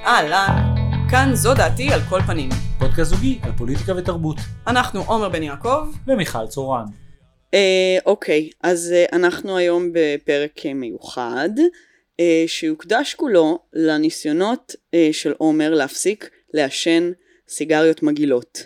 אהלן, כאן זו דעתי על כל פנים. פודקאסט זוגי על פוליטיקה ותרבות. אנחנו עומר בן יעקב. ומיכל צורן. אוקיי, אז אנחנו היום בפרק מיוחד, שיוקדש כולו לניסיונות של עומר להפסיק לעשן סיגריות מגעילות.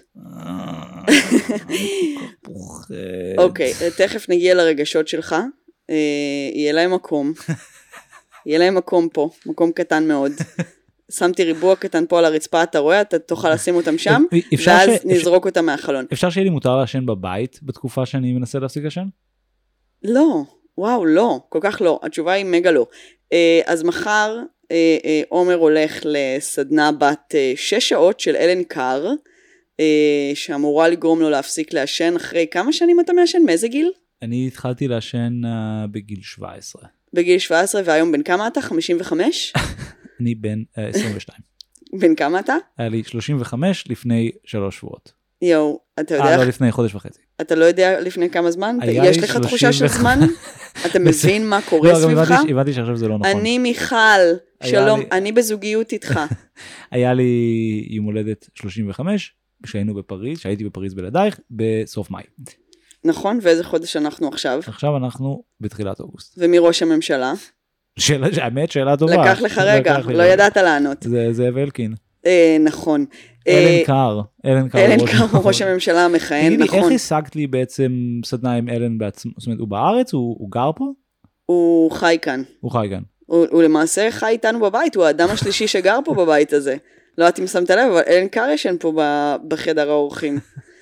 אוקיי, תכף נגיע לרגשות שלך. יהיה להם מקום. יהיה להם מקום פה, מקום קטן מאוד. שמתי ריבוע קטן פה על הרצפה, אתה רואה? אתה תוכל לשים אותם שם, ואז נזרוק אותם מהחלון. אפשר שיהיה לי מותר לעשן בבית בתקופה שאני מנסה להפסיק לעשן? לא, וואו, לא, כל כך לא. התשובה היא מגה לא. אז מחר עומר הולך לסדנה בת 6 שעות של אלן קאר, שאמורה לגרום לו להפסיק לעשן אחרי כמה שנים אתה מעשן? מאיזה גיל? אני התחלתי לעשן בגיל 17. בגיל 17, והיום בן כמה אתה? 55? אני בן 22. בן כמה אתה? היה לי 35 לפני 3 שבועות. יואו, אתה יודע... לא, לפני חודש וחצי. אתה לא יודע לפני כמה זמן? יש לך תחושה של זמן? אתה מבין מה קורה סביבך? הבנתי שעכשיו זה לא נכון. אני מיכל, שלום, אני בזוגיות איתך. היה לי יום הולדת 35, כשהיינו בפריז, שהייתי בפריז בלעדייך, בסוף מאי. נכון, ואיזה חודש אנחנו עכשיו? עכשיו אנחנו בתחילת אוגוסט. ומראש הממשלה? האמת, שאלה טובה. לקח לך רגע, לא ידעת לענות. זה אלקין. נכון. אלן קאר. אלן קאר הוא ראש הממשלה המכהן, נכון. תגידי, איך השגת לי בעצם סדנה עם אלן בעצמו? זאת אומרת, הוא בארץ? הוא גר פה? הוא חי כאן. הוא חי כאן. הוא למעשה חי איתנו בבית, הוא האדם השלישי שגר פה בבית הזה. לא יודעת אם שמת לב, אבל אלן קאר ישן פה בחדר האורחים.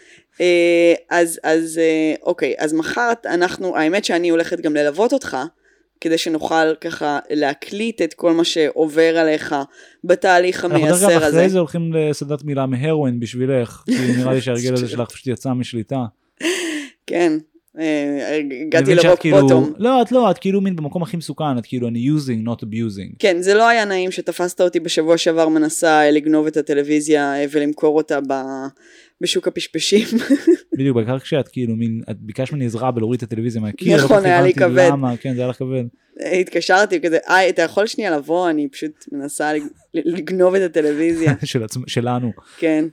אז אוקיי, אז מחר האמת שאני הולכת גם ללוות אותך, כדי שנוכל ככה להקליט את כל מה שעובר עליך בתהליך המייסר הזה. אנחנו אחרי זה הולכים לסדת מילה מהרואין בשבילך, כי נראה לי שהרגל הזה שלך פשוט יצא משליטה. כן, הגעתי לרוק בוטום. לא, את כאילו מין במקום הכי מסוכן, את כאילו אני using, not abusing. כן, זה לא היה נעים שתפסת אותי בשבוע שעבר מנסה לגנוב את הטלוויזיה ולמכור אותה בשוק הפשפשים. בדיוק, בעיקר כשאת כאילו מין, את ביקשת ממני עזרה בלהוריד את הטלוויזיה מהקיר. נכון, היה לי כבד. כן, זה היה לך כבד. התקשרתי כזה, אתה יכול שנייה לבוא, אני פשוט מנסה לגנוב את הטלוויזיה. שלנו. כן.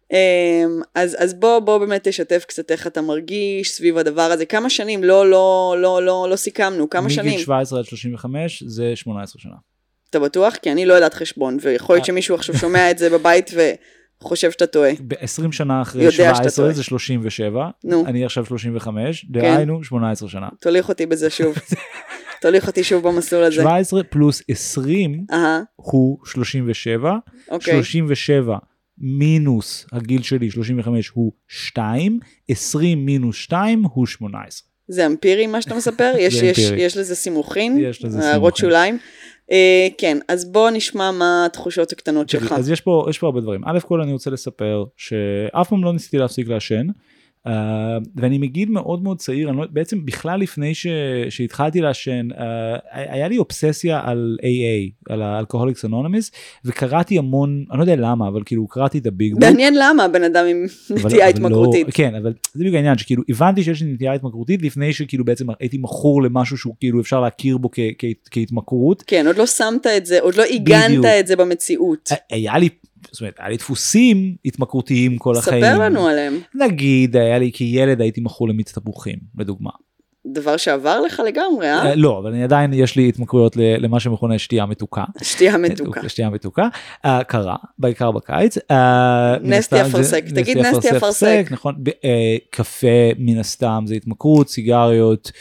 אז בוא באמת תשתף קצת איך אתה מרגיש סביב הדבר הזה. כמה שנים? לא סיכמנו. כמה שנים? מגיל 17 עד 35 זה 18 שנה. אתה בטוח? כי אני לא יודעת חשבון, ויכול להיות שמישהו עכשיו שומע את זה בבית וחושב שאתה טועה. ב-20 שנה אחרי 17 זה 37, אני עכשיו 35, דהיינו 18 שנה. תוליך אותי בזה שוב. תוליך אותי שוב במסלול הזה. 17 פלוס 20 הוא 37, 37 מינוס הגיל שלי 35 הוא 2, 20 מינוס 2 הוא 18. זה אמפירי מה שאתה מספר? יש לזה סימוכין? יש לזה סימוכין. הערות שוליים? כן, אז בוא נשמע מה התחושות הקטנות שלך. אז יש פה הרבה דברים. א' כל אני רוצה לספר שאף פעם לא ניסיתי להפסיק לעשן, ואני מגיל מאוד מאוד צעיר, בעצם בכלל לפני שהתחלתי לעשן, היה לי אובססיה על AA, על Alcoholics Anonymous, וקראתי המון, אני לא יודע למה, אבל כאילו קראתי את הביג בוק. מעניין למה בן אדם עם נטייה התמכרותית. כן, אבל זה בדיוק העניין, שכאילו הבנתי שיש לי נטייה התמכרותית, לפני שכאילו בעצם הייתי מכור למשהו שהוא כאילו אפשר להכיר בו כהתמכרות. כן, עוד לא שמת את זה, עוד לא הגנת את זה במציאות. זאת אומרת, היה לי דפוסים התמכרותיים כל החיים. ספר לנו עליהם. נגיד, היה לי כילד הייתי מכור למיץ תפוחים, לדוגמה. דבר שעבר לך לגמרי, אה? לא, אבל אני עדיין, יש לי התמכרויות למה שמכונה שתייה מתוקה. שתייה מתוקה. שתייה מתוקה. קרה, בעיקר בקיץ. נסטי אפרסק, תגיד נסטי אפרסק. נכון, קפה מן הסתם, זה התמכרות, סיגריות,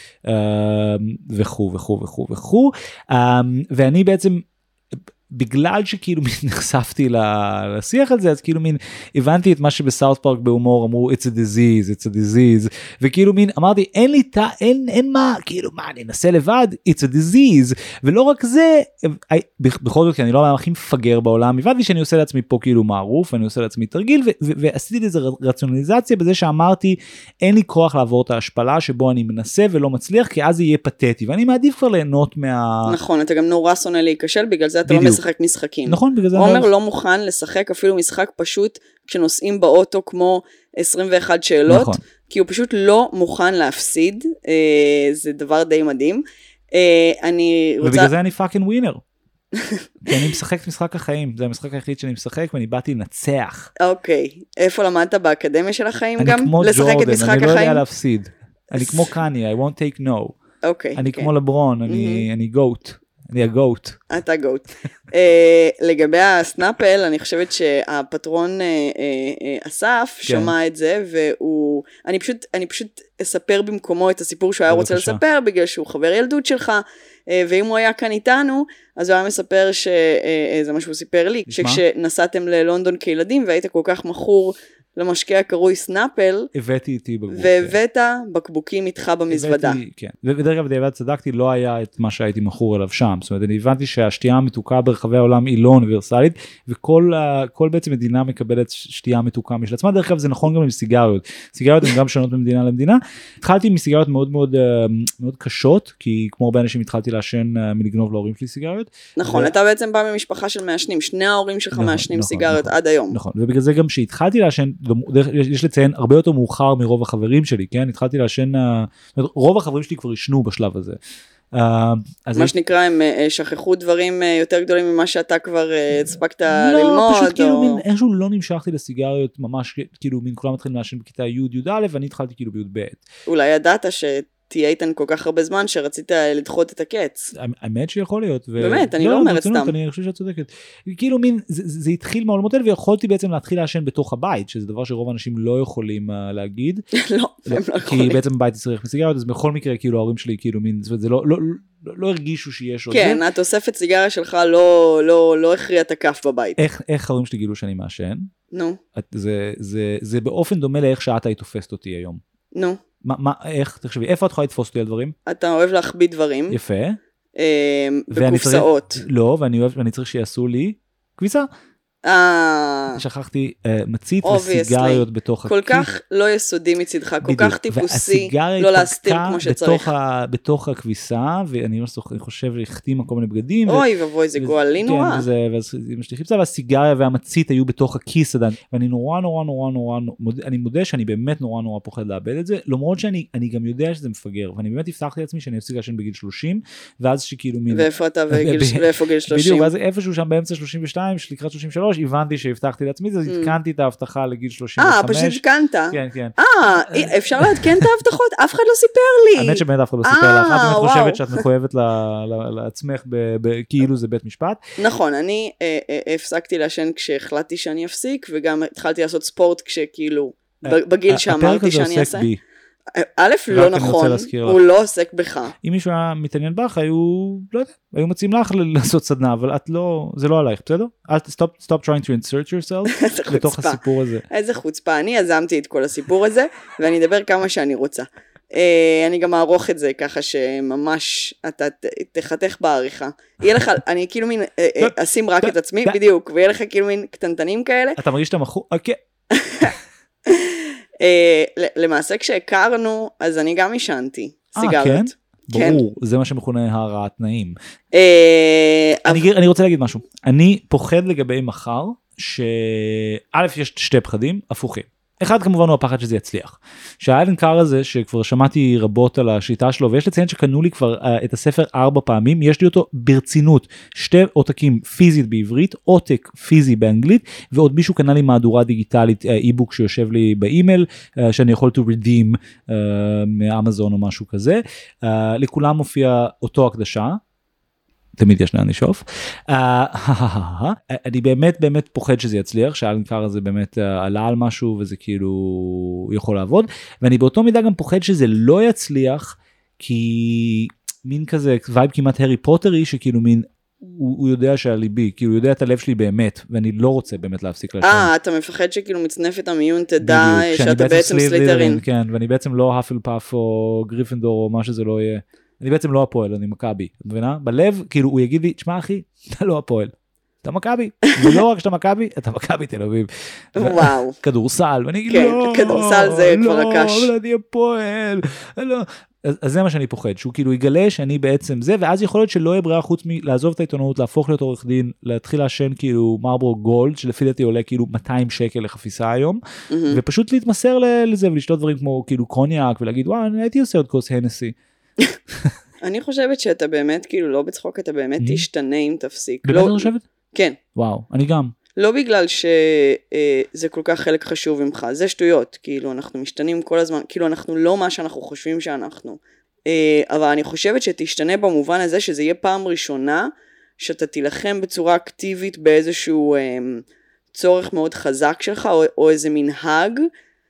וכו' וכו' וכו' וכו'. ואני בעצם... בגלל שכאילו נחשפתי לשיח על זה, אז כאילו מין הבנתי את מה שבסאות' פארק בהומור אמרו, it's a disease, וכאילו מין אמרתי, אין מה, כאילו מה, אני אנסה לבד, it's a disease, ולא רק זה, בכל זאת, כי אני לא היה הכי מפגר בעולם, הבנתי שאני עושה לעצמי פה כאילו מערוף, ואני עושה לעצמי תרגיל, ועשיתי איזו רציונליזציה בזה שאמרתי, אין לי כוח לעבור את ההשפלה שבו אני מנסה ולא מצליח, כי אז זה יהיה פתטי, ואני מעדיף כבר ליהנות נכון, אתה גם נורא שונא להיכשל, בגלל זה אתה לא משחק משחקים. נכון, בגלל זה עומר לא מוכן לשחק אפילו משחק פשוט כשנוסעים באוטו כמו 21 שאלות, נכון. כי הוא פשוט לא מוכן להפסיד, זה דבר די מדהים. אני רוצה... ובגלל זה אני פאקינג ווינר. כי אני משחק את משחק החיים, זה המשחק היחיד שאני משחק, ואני באתי לנצח. אוקיי, איפה למדת באקדמיה של החיים גם? אני כמו לשחק את ג'ורדן, משחק אני לא יודע החיים? להפסיד. אני כמו קניה, I won't take no. אוקיי. אני כמו לברון, אני גוט. אני הגוט. אתה גוט. לגבי הסנאפל, אני חושבת שהפטרון אסף שמע את זה, והוא, אני פשוט אספר במקומו את הסיפור שהוא היה רוצה לספר, בגלל שהוא חבר ילדות שלך, ואם הוא היה כאן איתנו, אז הוא היה מספר שזה מה שהוא סיפר לי, שכשנסעתם ללונדון כילדים, והיית כל כך מכור למשקה הקרוי סנאפל, הבאתי איתי בקבוקים. והבאת בקבוקים איתך במזוודה. כן. ובדרך כלל בדיעבד צדקתי, לא היה את מה שהייתי מכור אליו שם. זאת אומרת, אני הבנתי שהשתייה המתוקה ברחבי העולם היא לא אוניברסלית, וכל בעצם מדינה מקבלת שתייה מתוקה משל עצמה. דרך כלל זה נכון גם עם סיגריות. סיגריות הן גם שונות ממדינה למדינה. התחלתי מסיגריות מאוד מאוד מאוד קשות, כי כמו הרבה אנשים התחלתי לעשן מלגנוב להורים שלי סיגריות. נכון, אתה בעצם בא ממשפחה של מעשנים. שני ההורים שלך מעשנים סיגריות עד היום. נכון, ובגלל זה גם שהתחלתי לעשן, יש לציין הרבה יותר מאוחר מרוב החברים שלי, כן? התחלתי לעשן, רוב החברים שלי כבר ישנו בשלב הזה. מה שנקרא, הם שכחו דברים יותר גדולים ממה שאתה כבר הספקת ללמוד. לא, פשוט כאילו איכשהו לא נמשכתי לסיגריות ממש, כאילו כולם מתחילים לעשן בכיתה י' ואני התחלתי כאילו בי"ב. אולי ידעת תהיה איתן כל כך הרבה זמן שרצית לדחות את הקץ. האמת שיכול להיות. באמת, אני לא אומרת סתם. אני חושב שאת צודקת. כאילו מין, זה התחיל מהעולמות האלה, ויכולתי בעצם להתחיל לעשן בתוך הבית, שזה דבר שרוב האנשים לא יכולים להגיד. לא, הם לא יכולים. כי בעצם בבית צריך מסיגריות, אז בכל מקרה, כאילו ההורים שלי, כאילו מין, זה לא הרגישו שיש עוד. כן, התוספת סיגריה שלך לא הכריע את הכף בבית. איך ההורים שלי גילו שאני מעשן? נו. זה באופן דומה לאיך שאת היית תופסת אותי היום. נו. איך, תחשבי, איפה את יכולה לתפוס אותי על דברים? אתה אוהב להחביא דברים. יפה. בקופסאות. לא, ואני צריך שיעשו לי כביסה. שכחתי מצית וסיגריות בתוך כל כך לא יסודי מצדך, כל כך טיפוסי, לא להסתיר כמו שצריך. בתוך הכביסה, ואני חושב שהחתימה כל מיני בגדים. אוי ובוי, זה גואלי נורא. והסיגריה והמצית היו בתוך הכיס עדיין, ואני נורא, אני מודה שאני באמת נורא פוחד לאבד את זה, למרות שאני גם יודע שזה מפגר, ואני באמת הבטחתי לעצמי שאני אפסיק לעשן בגיל 30, ואז שכאילו מין... ואיפה אתה ואיפה גיל 30? בדיוק, ואז איפשהו שם באמצע 32, לקראת 33, הבנתי שהבטחתי לעצמי, אז התקנתי את ההבטחה לגיל 35. פשוט התקנת. כן. אפשר לעדכן את ההבטחות? אף אחד לא סיפר לי. האמת שבאמת אף אחד לא סיפר לך, את באמת חושבת שאת מחויבת לעצמך, כאילו זה בית משפט. נכון, אני הפסקתי לעשן כשהחלטתי שאני אפסיק, וגם התחלתי לעשות ספורט כשכאילו, בגיל שאמרתי שאני אעשה. א', לא נכון, הוא לא עוסק בך. אם מישהו היה מתעניין בך, היו מציעים לך לעשות סדנה, אבל זה לא עלייך, בסדר? Stop trying to insert yourself לתוך הסיפור הזה. איזה חוצפה, אני יזמתי את כל הסיפור הזה, ואני אדבר כמה שאני רוצה. אני גם אערוך את זה ככה שממש אתה תחתך בעריכה. יהיה לך, אני כאילו מין, אשים רק את עצמי, בדיוק, ויהיה לך כאילו מין קטנטנים כאלה. אתה מרגיש שאתה מכור? אוקיי. למעשה כשהכרנו, אז אני גם עישנתי סיגריות. כן? ברור, זה מה שמכונה הרעת תנאים. אני רוצה להגיד משהו. אני פוחד לגבי מחר, שא' יש שתי פחדים הפוכים. אחד כמובן הוא הפחד שזה יצליח. שהאלן קאר הזה, שכבר שמעתי רבות על השיטה שלו, ויש לציין שקנו לי כבר את הספר 4 פעמים, יש לי אותו ברצינות, 2 עותקים פיזית בעברית, עותק פיזי באנגלית, ועוד מישהו קנה לי מהדורה דיגיטלית, איבוק שיושב לי באימייל, שאני יכול to redeem מאמזון או משהו כזה. לכולם מופיע אותו הקדשה, תמיד יש לאן לשאוף. אני באמת פוחד שזה יצליח, שהאלן קאר הזה באמת עלה על משהו, וזה כאילו יכול לעבוד, ואני באותו מידה גם פוחד שזה לא יצליח, כי מין כזה וייב כמעט הרי פוטרי, שכאילו מין, הוא יודע שהליבי, כאילו הוא יודע את הלב שלי באמת, ואני לא רוצה באמת להפסיק לעשן. אתה מפחד שכאילו מצנפת המיון תדע שאתה בעצם סליטרין. כן, ואני בעצם לא האפל פאף או גריפנדור או מה שזה לא יהיה. אני בעצם לא הפועל, אני מכבי, את מבינה? בלב, כאילו הוא יגיד לי, תשמע אחי, אתה לא הפועל, אתה מכבי, ולא רק שאתה מכבי, אתה מכבי תל אביב. וואו. כדורסל, ואני אגיד, לא, כדורסל זה כבר הקש. לא, אבל אני הפועל, לא. אז זה מה שאני פוחד, שהוא כאילו יגלה שאני בעצם זה, ואז יכול להיות שלא יהיה ברירה חוץ מלעזוב את העיתונות, להפוך להיות עורך דין, להתחיל לעשן כאילו מרבורו גולד, שלפי דעתי עולה כאילו 200 שקל לחפיסה היום, ופשוט להתמסר לזה ולשתות דברים כמו כאילו קוניאק, ולהגיד, וואו, אני הייתי עושה עוד כוס הנסי. אני חושבת שאתה באמת, כאילו לא בצחוק, אתה באמת תשתנה אם תפסיק. באמת אתה חושבת? כן. וואו, אני גם. לא בגלל שזה כל כך חלק חשוב ממך, זה שטויות, כאילו אנחנו משתנים כל הזמן, כאילו אנחנו לא מה שאנחנו חושבים שאנחנו. אבל אני חושבת שתשתנה במובן הזה שזה יהיה פעם ראשונה, שאתה תילחם בצורה אקטיבית באיזשהו צורך מאוד חזק שלך, או איזה מנהג,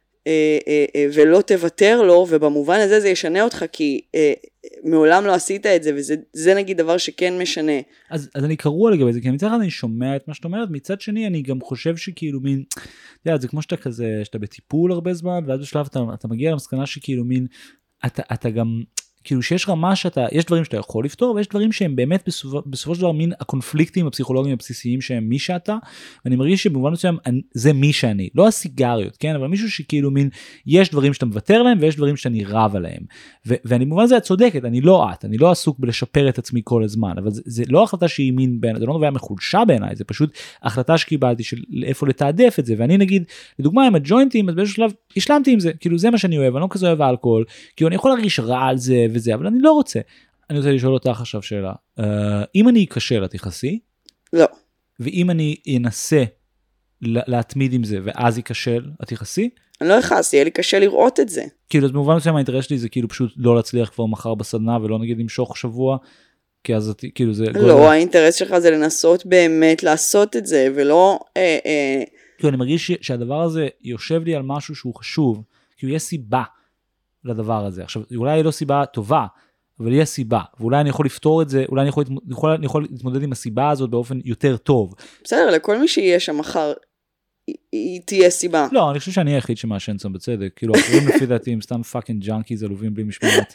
ולא תוותר לו, ובמובן הזה זה ישנה אותך, כי מעולם לא עשית את זה, וזה נגיד דבר שכן משנה. אז אני קרוע לגבי זה, כי מצד אחד אני שומע את מה שאת אומרת, מצד שני אני גם חושב שכאילו מין, זה כמו שאתה כזה, שאתה בטיפול הרבה זמן, ואז בשלב אתה מגיע למסקנה שכאילו מין, אתה גם, כאילו שיש רמה יש דברים שאתה יכול לפתור, ויש דברים שהם באמת בסופו של דבר מין הקונפליקטים הפסיכולוגיים הבסיסיים שהם מי שאתה, ואני מרגיש שבמובן מסוים זה מי שאני, לא הסיגריות, כן, אבל מישהו שכאילו מין, יש דברים שאתה מוותר להם, ויש דברים שאני רב עליהם, ואני במובן זה את צודקת, אני לא עסוק בלשפר את עצמי כל הזמן, אבל זה לא החלטה שהיא מין, זה לא נובע מחולשה בעיניי, זה פשוט החלטה שקיבלתי של איפה לתעדף את זה, ואני נגיד, לדוגמה עם הג'וינטים, אז באיזשהו שלב השלמתי עם זה, כאילו זה מה שאני אוהב, אני לא כזה אוהב אלכוהול, כי אני יכול להרגיש רע על זה וזה, אבל אני לא רוצה. אני רוצה לשאול אותך עכשיו שאלה, אם אני אקשה לתיכסי? לא. ואם אני אנסה להתמיד עם זה, ואז יקשל, התיכסי? אני לא אכעס, יהיה לי קשה לראות את זה. כאילו, אז במובן מסוים האינטרס שלי זה כאילו פשוט לא להצליח כבר מחר בסדנה, ולא נגיד למשוך שבוע, כי אז כאילו זה... לא, האינטרס שלך זה לנסות באמת לעשות את זה, ולא... כאילו, אני מרגיש שהדבר הזה יושב לי על משהו שהוא חשוב, כאילו, יש סיבה לדבר הזה. עכשיו, אולי היא לא סיבה טובה, אבל יש סיבה, ואולי אני יכול לפתור את זה, אולי אני יכול להתמודד עם הסיבה הזאת באופן יותר טוב. בסדר, לכל מי שיהיה שם מחר, היא תהיה סיבה. לא, אני חושב שאני היחיד שמעשן שם בצדק, כאילו, אחרים לפי דעתי הם סתם פאקינג ג'אנקיז עלובים בלי משמעת.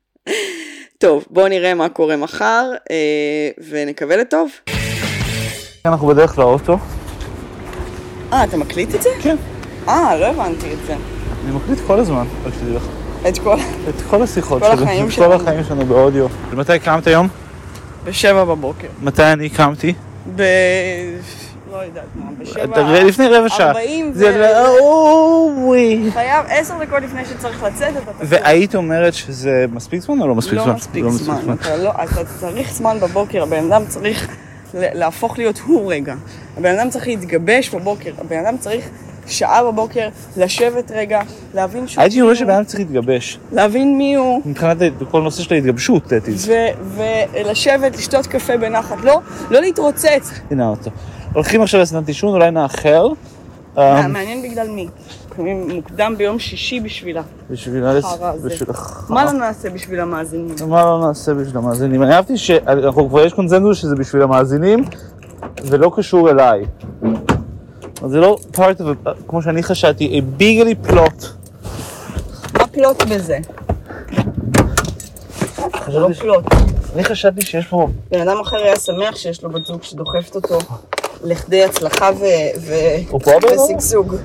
טוב, בואו נראה מה קורה מחר, ונקווה לטוב. אנחנו בדרך לאוטו. אתה מקליט את זה? כן. לא הבנתי את זה. אני מקליט כל הזמן, רק שתדעי לך. את כל השיחות שלי, את כל החיים שלנו באודיו. מתי קמת היום? ב7 בבוקר. מתי אני קמתי? לא יודעת מה, ב7. לפני רבע שעה. 40 חייב 10 דקות לפני שצריך לצאת, אתה תקום. והיית אומרת שזה מספיק זמן או לא מספיק זמן? לא מספיק זמן. אתה צריך זמן בבוקר, הבן אדם צריך להפוך להיות הוא רגע. הבן אדם צריך להתגבש בבוקר, הבן אדם צריך שעה בבוקר, לשבת רגע, להבין שהוא... הייתי רואה שבן אדם צריך להתגבש. להבין מי הוא. מבחינת כל נושא של ההתגבשות, תתיז. ולשבת, לשתות קפה בנחת, לא להתרוצץ. הנה אותו. הולכים עכשיו לסדנת עישון, אולי נאחר. מעניין בגלל מי. מוקדם ביום שישי בשבילה. בשבילך. מה לא נעשה בשביל המאזינים? מה לא נעשה בשביל המאזינים? אני אהבתי שאנחנו כבר יש קונצנזוס שזה בשביל המאזינים, ולא קשור אליי. זה לא part of, כמו שאני חשבתי, a bigly plot. מה פלוט בזה? זה לא פלוט. אני חשבתי שיש פה... בן אדם אחר היה שמח שיש לו בת זוג שדוחפת אותו לכדי הצלחה וסגסוג.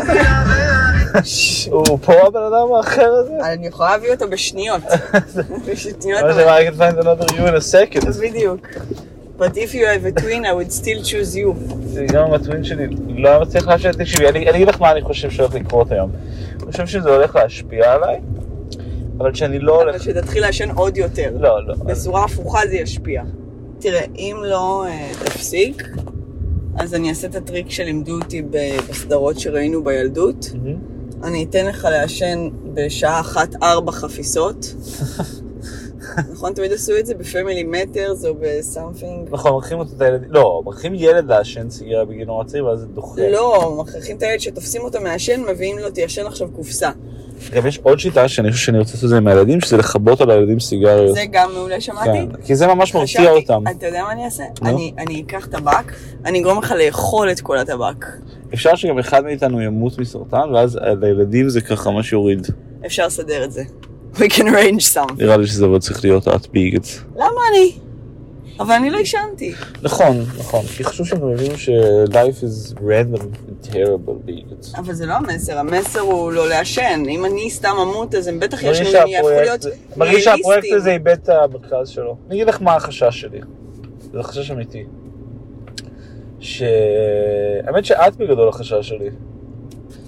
הוא פה הבן אדם האחר הזה? אני יכולה להביא אותו בשניות. בשניות. מה זה, I can find another you in a second. בדיוק. But if you have a twin, I would still choose you. גם הטווין שלי לא מצליח להשאר, תקשיבי, אני אגיד לך מה אני חושב שהולך לקרות היום. אני חושב שזה הולך להשפיע עליי, אבל שאני לא הולך... אבל שתתחיל להשן עוד יותר. לא. בצורה הפוכה זה ישפיע. תראה, אם לא תפסיק, אז אני אעשה את הטריק שלימדו אותי בסדרות שראינו בילדות. אני אתן לך להשן בשעה 1-4 חפיסות. נכון, תמיד עשו את זה בפמילי מטרס או בסאמפינג? נכון, מכריחים את הילד... לא, מכריחים ילד לעשן סיגריה בגיל נורא צעיר, ואז זה דוחה. לא, מכריחים את הילד שתופסים אותו מהשן, מביאים לו, תיישן עכשיו קופסה. גם יש עוד שיטה שאני חושב שאני רוצה לעשות את זה עם הילדים, שזה לחבות על הילדים סיגריות. זה גם מעולה, שמעתי? כן, כי זה ממש מרתיע אותם. אתה יודע מה אני אעשה? אני אקח טבק, אני אגרום לך לאכול את כל הטבק. אפשר שגם אחד מאיתנו ימות מסרטן, ואז לילדים זה ככה מה שיוריד. אפשר לסדר את זה. We can arrange some. נראה לי שזה אבל צריך להיות את ביגץ. למה אני? אבל אני לא ישנתי. נכון. כי חשוב שאנחנו מבינים ש-life is random and terrible ביגץ. אבל זה לא המסר. המסר הוא לא לעשן. אם אני סתם אמות, אז הם בטח יש לנו, יהפכו להיות ריאליסטים. מרגיש שהפרויקט הזה איבד את המרכז שלו. אני אגיד לך מה החשש שלי. זה חשש אמיתי. האמת שאת בגדול החשש שלי.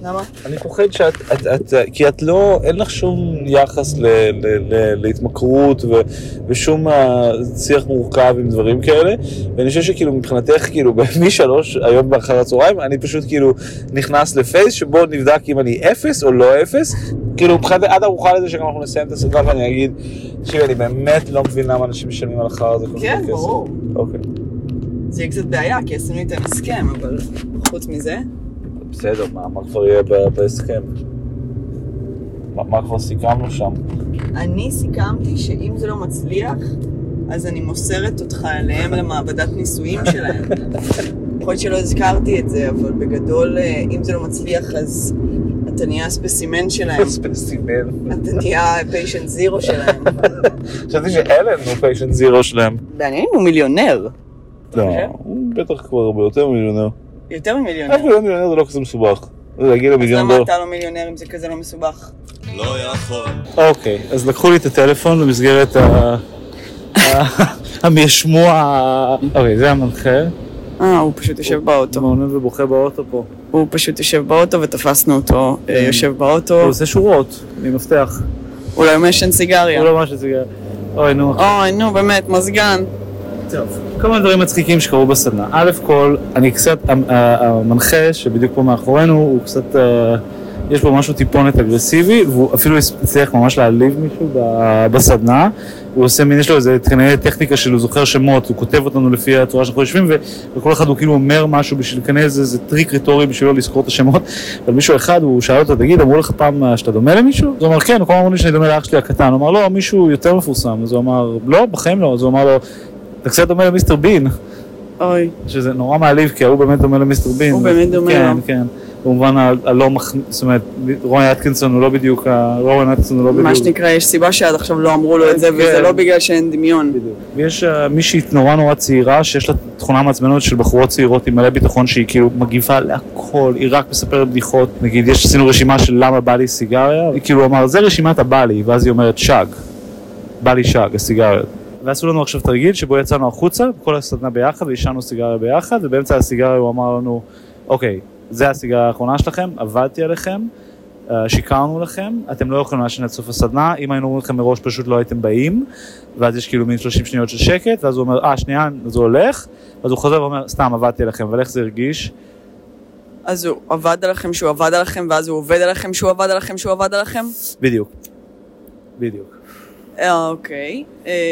למה? אני פוחד כי את לא, אין לך שום יחס להתמכרות ושום שיח מורכב עם דברים כאלה, ואני חושב שכאילו מבחינתך, כאילו מ-3 היום באחר הצהריים, אני פשוט כאילו נכנס לפייס שבו נבדק אם אני 0 או לא 0, כאילו מבחינת עד ארוחה לזה שגם אנחנו נסיים את הסדרה ואני אגיד, אני באמת לא מבין למה אנשים משלמים על אחר הזה כל כך כסף. כן, ברור. אוקיי. זה יהיה קצת בעיה, כי עשינו איתם הסכם, אבל חוץ מזה... בסדר, מה כבר יהיה בהסכם? מה כבר סיכמנו שם? אני סיכמתי שאם זה לא מצליח, אז אני מוסרת אותך אליהם למעבדת ניסויים שלהם. יכול להיות שלא הזכרתי את זה, אבל בגדול, אם זה לא מצליח, אז אתה נהיה הספסימן שלהם. ספסימן. אתה נהיה פיישנט זירו שלהם. חשבתי שאלן הוא פיישנט זירו שלהם. בעניין הוא מיליונר. לא, הוא בטח כבר הרבה יותר מיליונר. יותר ממיליונר. מיליונר זה לא כזה מסובך. להגיד אז למה אתה לא מיליונר אם זה כזה לא מסובך? לא יכול. אוקיי, אז לקחו לי את הטלפון במסגרת המשמוע. אוקיי, זה המנחה. הוא פשוט יושב באוטו. מעונן ובוכה באוטו פה. הוא פשוט יושב באוטו ותפסנו אותו, יושב באוטו. הוא עושה שורות, אני מבטיח. הוא לא משן סיגריה. הוא לא משן סיגריה. אוי, נו, באמת, מזגן. טוב, כל מיני דברים מצחיקים שקרו בסדנה. א' כל, אני קצת, המנחה שבדיוק פה מאחורינו, הוא קצת, יש בו משהו טיפונת אגרסיבי, והוא אפילו הצליח ממש להעליב מישהו בסדנה. הוא עושה מין, יש לו איזה כנראה טכניקה שלו, זוכר שמות, הוא כותב אותנו לפי הצורה שאנחנו יושבים, וכל אחד הוא כאילו אומר משהו בשביל כנראה איזה טריק ריטורי בשבילו לזכור את השמות. אבל מישהו אחד, הוא שאל אותו, תגיד, אמרו לך פעם שאתה דומה למישהו? אז הוא אמר, כן, הוא כבר אמרו לי שאני דומה לאח שלי הקטן. הוא אמר, לא, מישהו יותר מפורסם. אז הוא אמר, לא, בחיים לא. אז הוא אמר לו, אתה קצת דומה למיסטר בין. אוי. שזה נורא מעליב, כי הוא באמת דומה למיסטר בין. הוא באמת דומה לו. כן, כן. במובן הלא זאת אומרת, רון אטקינסון הוא לא בדיוק, מה שנקרא, יש סיבה שעד עכשיו לא אמרו לו את זה, וזה לא בגלל שאין דמיון. ויש מישהי נורא צעירה, שיש לה תכונה מעצבנות של בחורות צעירות עם מלא ביטחון, שהיא כאילו מגיבה להכל, היא רק מספרת בדיחות. נגיד, עשינו רשימה של למה בא לי סיגריה, היא כאילו אמר, זה רשימת הבא לי, ואז היא אומרת שג, בא לי שג, הסיגריות. ועשו לנו עכשיו תרגיל שבו יצאנו החוצה, כל הסדנה ביחד, וישנו סיגריה ביחד, ובאמצע הסיגריה הוא אמר לנו, אוקיי, זה הסיגריה האחרונה שלכם, עבדתי עליכם, שיקרנו לכם, אתם לא יכולים לעשן עד סוף הסדנה, אם היינו אומרים לכם מראש פשוט לא הייתם באים, ואז יש כאילו מין 30 שניות של שקט, ואז הוא אומר, שנייה, אז הוא הולך, ואז הוא חוזר ואומר, סתם עבדתי עליכם, אבל איך זה הרגיש? אז הוא עבד עליכם שהוא עבד עליכם, ואז הוא עובד עליכם שהוא עבד עליכם שהוא עבד עליכם? בדיוק. אוקיי,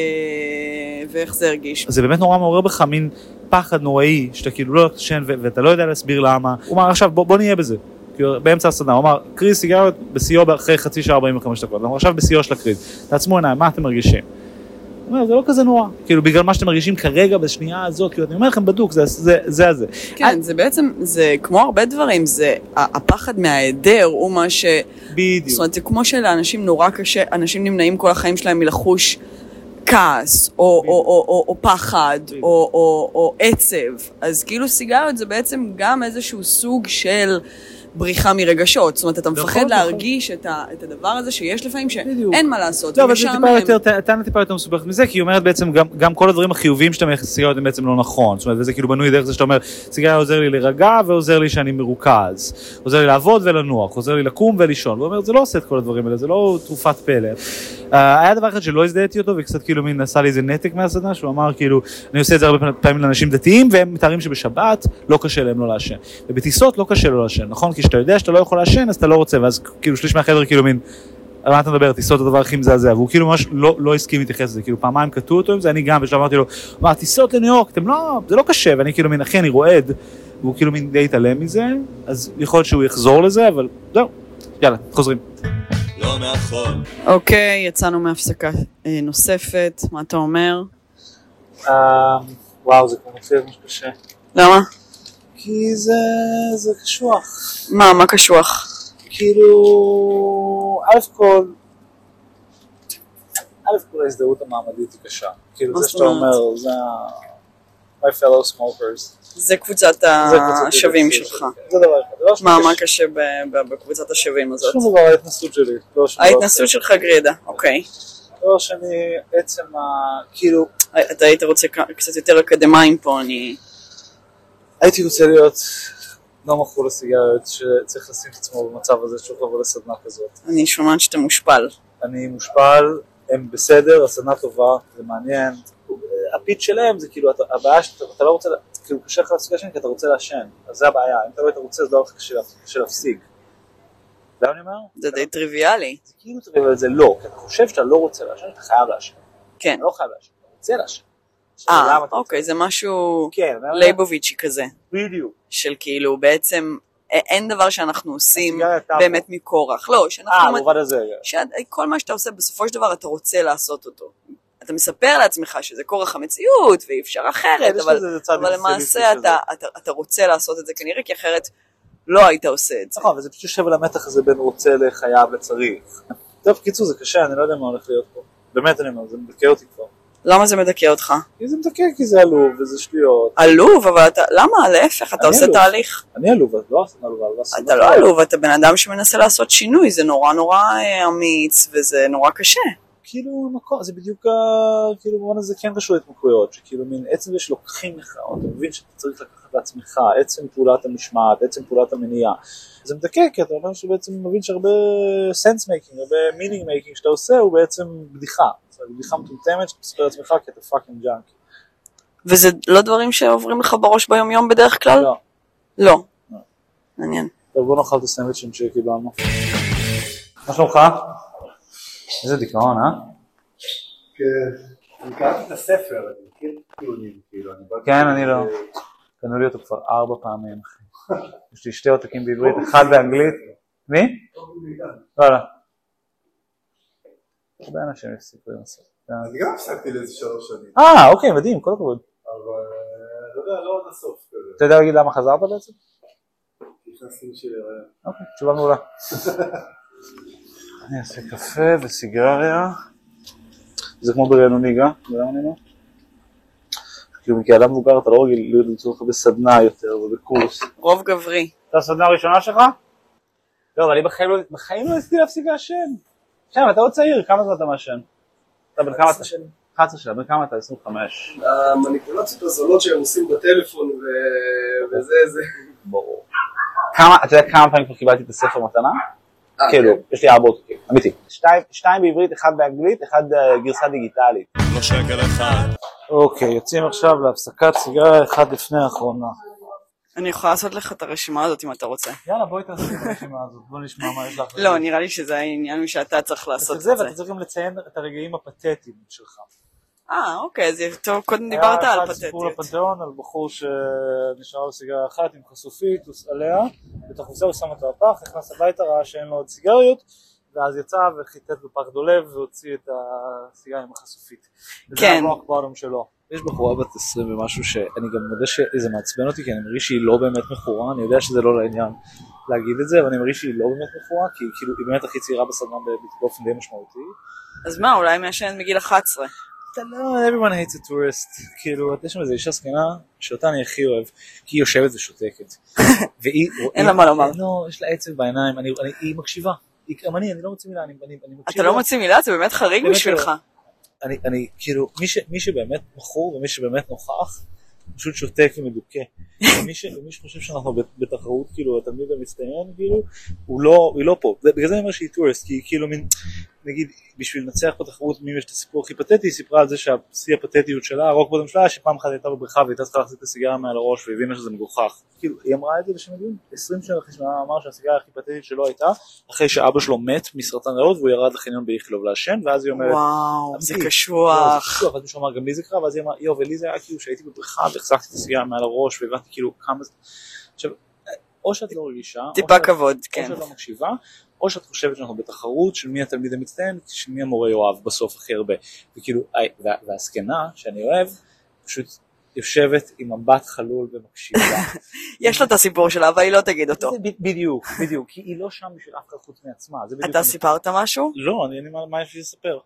ואיך זה הרגיש? זה באמת נורא מעורר בך מין פחד נוראי, שאתה כאילו לא תשן ואתה לא יודע להסביר למה. הוא אמר עכשיו בוא נהיה בזה, באמצע הסדנה, הוא אמר קריז סיגריות בסיוע אחרי חצי שעה 45 דקות, הוא אמר עכשיו בסיוע של הקריז, תעצמו עיניים, מה אתם מרגישים? הוא אומר, זה לא כזה נורא, כאילו בגלל מה שאתם מרגישים כרגע בשנייה הזאת, כאילו אני אומר לכם בדוק, זה. כן, זה בעצם, זה כמו הרבה דברים, זה הפחד מההיעדר הוא מה ש... בדיוק. זאת אומרת, זה כמו שלאנשים נורא קשה, אנשים נמנעים כל החיים שלהם מלחוש כעס, או פחד, או עצב, אז כאילו סיגריות זה בעצם גם איזשהו סוג של... בריחה מרגשות, זאת אומרת, אתה מפחד להרגיש את הדבר הזה שיש לפעמים שאין מה לעשות. לא, אבל זה טיפה יותר מסובכת מזה, כי היא אומרת בעצם גם כל הדברים החיוביים שאתה מייחס סיגריות הם בעצם לא נכון. זאת אומרת, וזה כאילו בנוי דרך זה שאתה אומר, סיגריה עוזר לי לרגע ועוזר לי שאני מרוכז. עוזר לי לעבוד ולנוח, עוזר לי לקום ולישון. הוא אומר, זה לא עושה את כל הדברים האלה, זה לא תרופת פלא. היה דבר אחד שלא הזדהיתי אותו, וקצת כאילו מין עשה לי איזה נתק מהסדנה, שהוא אמר כאילו, אני עושה את זה הרבה פעמים לאנשים דתיים, והם מתארים שבשבת לא קשה להם לא לעשן. ובטיסות לא קשה לא לעשן, נכון? כי שאתה יודע שאתה לא יכול לעשן, אז אתה לא רוצה, ואז כאילו שליש מהחדר כאילו מין, על מה אתה מדבר, טיסות הדבר הכי מזעזע, והוא כאילו ממש לא הסכים להתייחס לזה, כאילו פעמיים קטעו אותו עם זה, אני גם, ושאלה אמרתי לו, מה, טיסות לניו יורק, זה לא קשה, ואני כאילו מין, אחי, אני רועד, והוא כאילו מין די התעלם מזה, אז יכול להיות שהוא יחזור לזה, אבל זהו, יאללה, חוזרים. לא נכון. אוקיי, יצאנו מהפסקה נוספת, מה אתה אומר? וואו, זה כבר מופיע ממש קשה. למה? כי זה קשוח. מה קשוח? כאילו, א' כל ההזדהות המעמדית היא קשה. כאילו זה שאתה אומר, זה my fellow smokers. זה קבוצת השווים שלך. זה דבר אחד. מה קשה בקבוצת השווים הזאת? שום דבר, ההתנסות שלי. ההתנסות שלך גרידה, אוקיי. לא שאני עצם כאילו... אתה היית רוצה קצת יותר אקדמיים פה, הייתי רוצה להיות לא מכרו לסיגריות שצריך לשים את עצמו במצב הזה שהוא חבר לסדנה כזאת. אני שומעת שאתה מושפל. אני מושפל, הם בסדר, הסדנה טובה, זה מעניין. הפיץ שלהם זה כאילו, הבעיה שאתה לא רוצה, כאילו קשה לך להפסיק לעשן כי אתה רוצה לעשן, אז זה הבעיה, אם אתה לא היית רוצה אז לא הולך קשה להפסיק. זה אני אומר? זה די טריוויאלי. זה כאילו טריוויאלי, זה לא, כי אתה חושב שאתה לא רוצה לעשן, אתה חייב לעשן. כן. אתה לא חייב לעשן, אתה רוצה לעשן. אוקיי, זה משהו כן, לייבוביצ'י כזה. בדיוק. של כאילו בעצם אין דבר שאנחנו עושים באמת מכורח. לא, במובן הזה. כל מה שאתה עושה בסופו של דבר אתה רוצה לעשות אותו. אתה מספר לעצמך שזה כורח המציאות ואי אפשר אחרת, אבל למעשה אתה רוצה לעשות את זה כנראה, כי אחרת לא היית עושה את זה. נכון, וזה פשוט יושב על המתח הזה בין רוצה לחייב לצריך. טוב, קיצור, זה קשה, אני לא יודע מה הולך להיות פה. באמת אני אומר, זה מדכא אותי כבר. למה זה מדכא אותך? כי זה מדכא, כי זה עלוב וזה שטויות. עלוב, אבל למה? להפך, אתה עושה תהליך. אני עלוב, את לא עושה עלוב. אתה לא עלוב, אתה בן אדם שמנסה לעשות שינוי, זה נורא נורא אמיץ וזה נורא קשה. כאילו המקום, זה בדיוק, כאילו במובן הזה כן קשור להתמכרויות, שכאילו מין עצם זה שלוקחים לך, או אתה מבין שאתה צריך לקחת לעצמך, עצם פעולת המשמעת, עצם פעולת המניעה. זה מדכא, כי אתה אומר שבעצם מבין שהרבה sense making, הרבה meaning making שאתה עושה, הוא בעצם בדיחה. זה בדיחה מטומטמת שאתה מספר לעצמך כי אתה fucking junk. וזה לא דברים שעוברים לך בראש ביום יום בדרך כלל? לא. לא. מעניין. טוב, בוא נאכל את הסנדוויצ'ים שקיבלנו. מה שלומך? איזה דיכאון, כן, אני קראתי את הספר, אני מכיר טיעונים, כאילו, כן, אני לא. קנו לי אותו כבר 4 פעמים, אחי. יש לי 2 עותקים בעברית, 1 באנגלית. מי? וואלה. הרבה אנשים הפסיקו עם הספר. אני גם הפסקתי לאיזה 3 שנים. אוקיי, מדהים, כל הכבוד. אבל, לא יודע, לא עד הסוף כזה. אתה יודע להגיד למה חזרת בעצם? נכנסתי לשיר הרעיון. אוקיי, תשובה מעולה. אני אעשה קפה וסיגריה. זה כמו ברענון נהיגה, כאילו כאדם מבוגר אתה לא רגיל להיות לצורך בסדנה יותר ובקורס. רוב גברי. אתה הסדנה הראשונה שלך? לא, אבל אני בחיים לא ניסיתי להפסיק לעשן. שם, אתה עוד צעיר, כמה זמן אתה מעשן? אתה בן כמה אתה? 11 שנה, בן כמה אתה? 25. המניפולציות הזולות שהם עושים בטלפון וזה, זה. ברור. אתה יודע כמה פעמים כבר קיבלתי את הספר מתנה? כאילו, יש לי 4 עותקים, אמיתי. 2 בעברית, 1 באנגלית, 1 גרסה דיגיטלית. לא שקל אחד. אוקיי, יוצאים עכשיו להפסקת סיגריה 1 לפני האחרונה. אני יכולה לעשות לך את הרשימה הזאת אם אתה רוצה. יאללה, בואי תעשי את הרשימה הזאת, בוא נשמע מה יש לך. לא, נראה לי שזה העניין שאתה צריך לעשות את זה. ואתה צריך גם לציין את הרגעים הפתטיים שלך. אוקיי, אז טוב, קודם דיברת על פתטיות. סיפור לפנתיאון על בחור שנשאר לו סיגריה אחת עם חשופית עליה, בתוך זה הוא שם אותה בפח, נכנס הביתה, ראה שאין לו עוד סיגריות, ואז יצא וחיטט בפח דולב והוציא את הסיגריה עם החשופית. כן. וזה המוח בעולם שלו. יש בחורה בת 20 ומשהו שאני גם מודה שזה מעצבן אותי, כי אני מרגיש שהיא לא באמת מכורה, אני יודע שזה לא לעניין להגיד את זה, אבל אני מרגיש שהיא לא באמת מכורה, כי כאילו היא באמת הכי צעירה בסדנה באופן די משמעותי. אז מה, אולי מעשנת מגיל 11? אתה לא, everyone hates a tourist, כאילו, יש שם איזו אישה זקנה שאותה אני הכי אוהב, כי היא יושבת ושותקת. אין לה מה לומר. לא, יש לה עצב בעיניים, היא מקשיבה. גם אני לא מוציא מילה, אני מקשיבה. אתה לא מוציא מילה? זה באמת חריג בשבילך. אני, כאילו, מי שבאמת מכור ומי שבאמת נוכח, פשוט שותק ומדוכא. ומי שחושב שאנחנו בתחרות, כאילו, התלמיד המצטיין, כאילו, היא לא פה. בגלל זה אני אומר שהיא טוריסט, כי כאילו, נגיד, בשביל לנצח בתחרות מי יש את הסיפור הכי פתטי, היא סיפרה על זה שהשיא הפתטיות שלה, הרוק בודם שלה, שפעם אחת הייתה בבריכה והייתה צריכה להחזיק את הסיגריה מעל הראש והבינה שזה מגוחך. כאילו, היא אמרה את זה בשם הדיון, 20 שנה אחרי שנה אמר שהסיגריה הכי פתטית שלו הייתה, אחרי שאבא שלו מת מסרטן ריאות והוא ירד לחניון באיכילוב לעשן, ואז היא אומרת, וואו, זה קשוח. אז מישהו אמר, גם לי זה קרה, ואז היא אמרה, ולי זה היה כאילו שהייתי בבריכה והחזקתי את הסיגריה מעל הראש והבנתי כאילו כמה זה. עכשיו, או שאת לא רגישה, טיפה כבוד, כן. או שאת לא מקשיבה, או שאת חושבת שאנחנו בתחרות של מי התלמיד המצטיין, של מי המורה יואב בסוף הכי הרבה. וכאילו, והסקנה שאני אוהב, פשוט יושבת עם מבט חלול ומקשיבה. יש לה את הסיפור שלה, אבל היא לא תגיד אותו. בדיוק, כי היא לא שם בשביל אף אחד חוץ מעצמה. אתה סיפרת משהו? לא, מה יש לי לספר?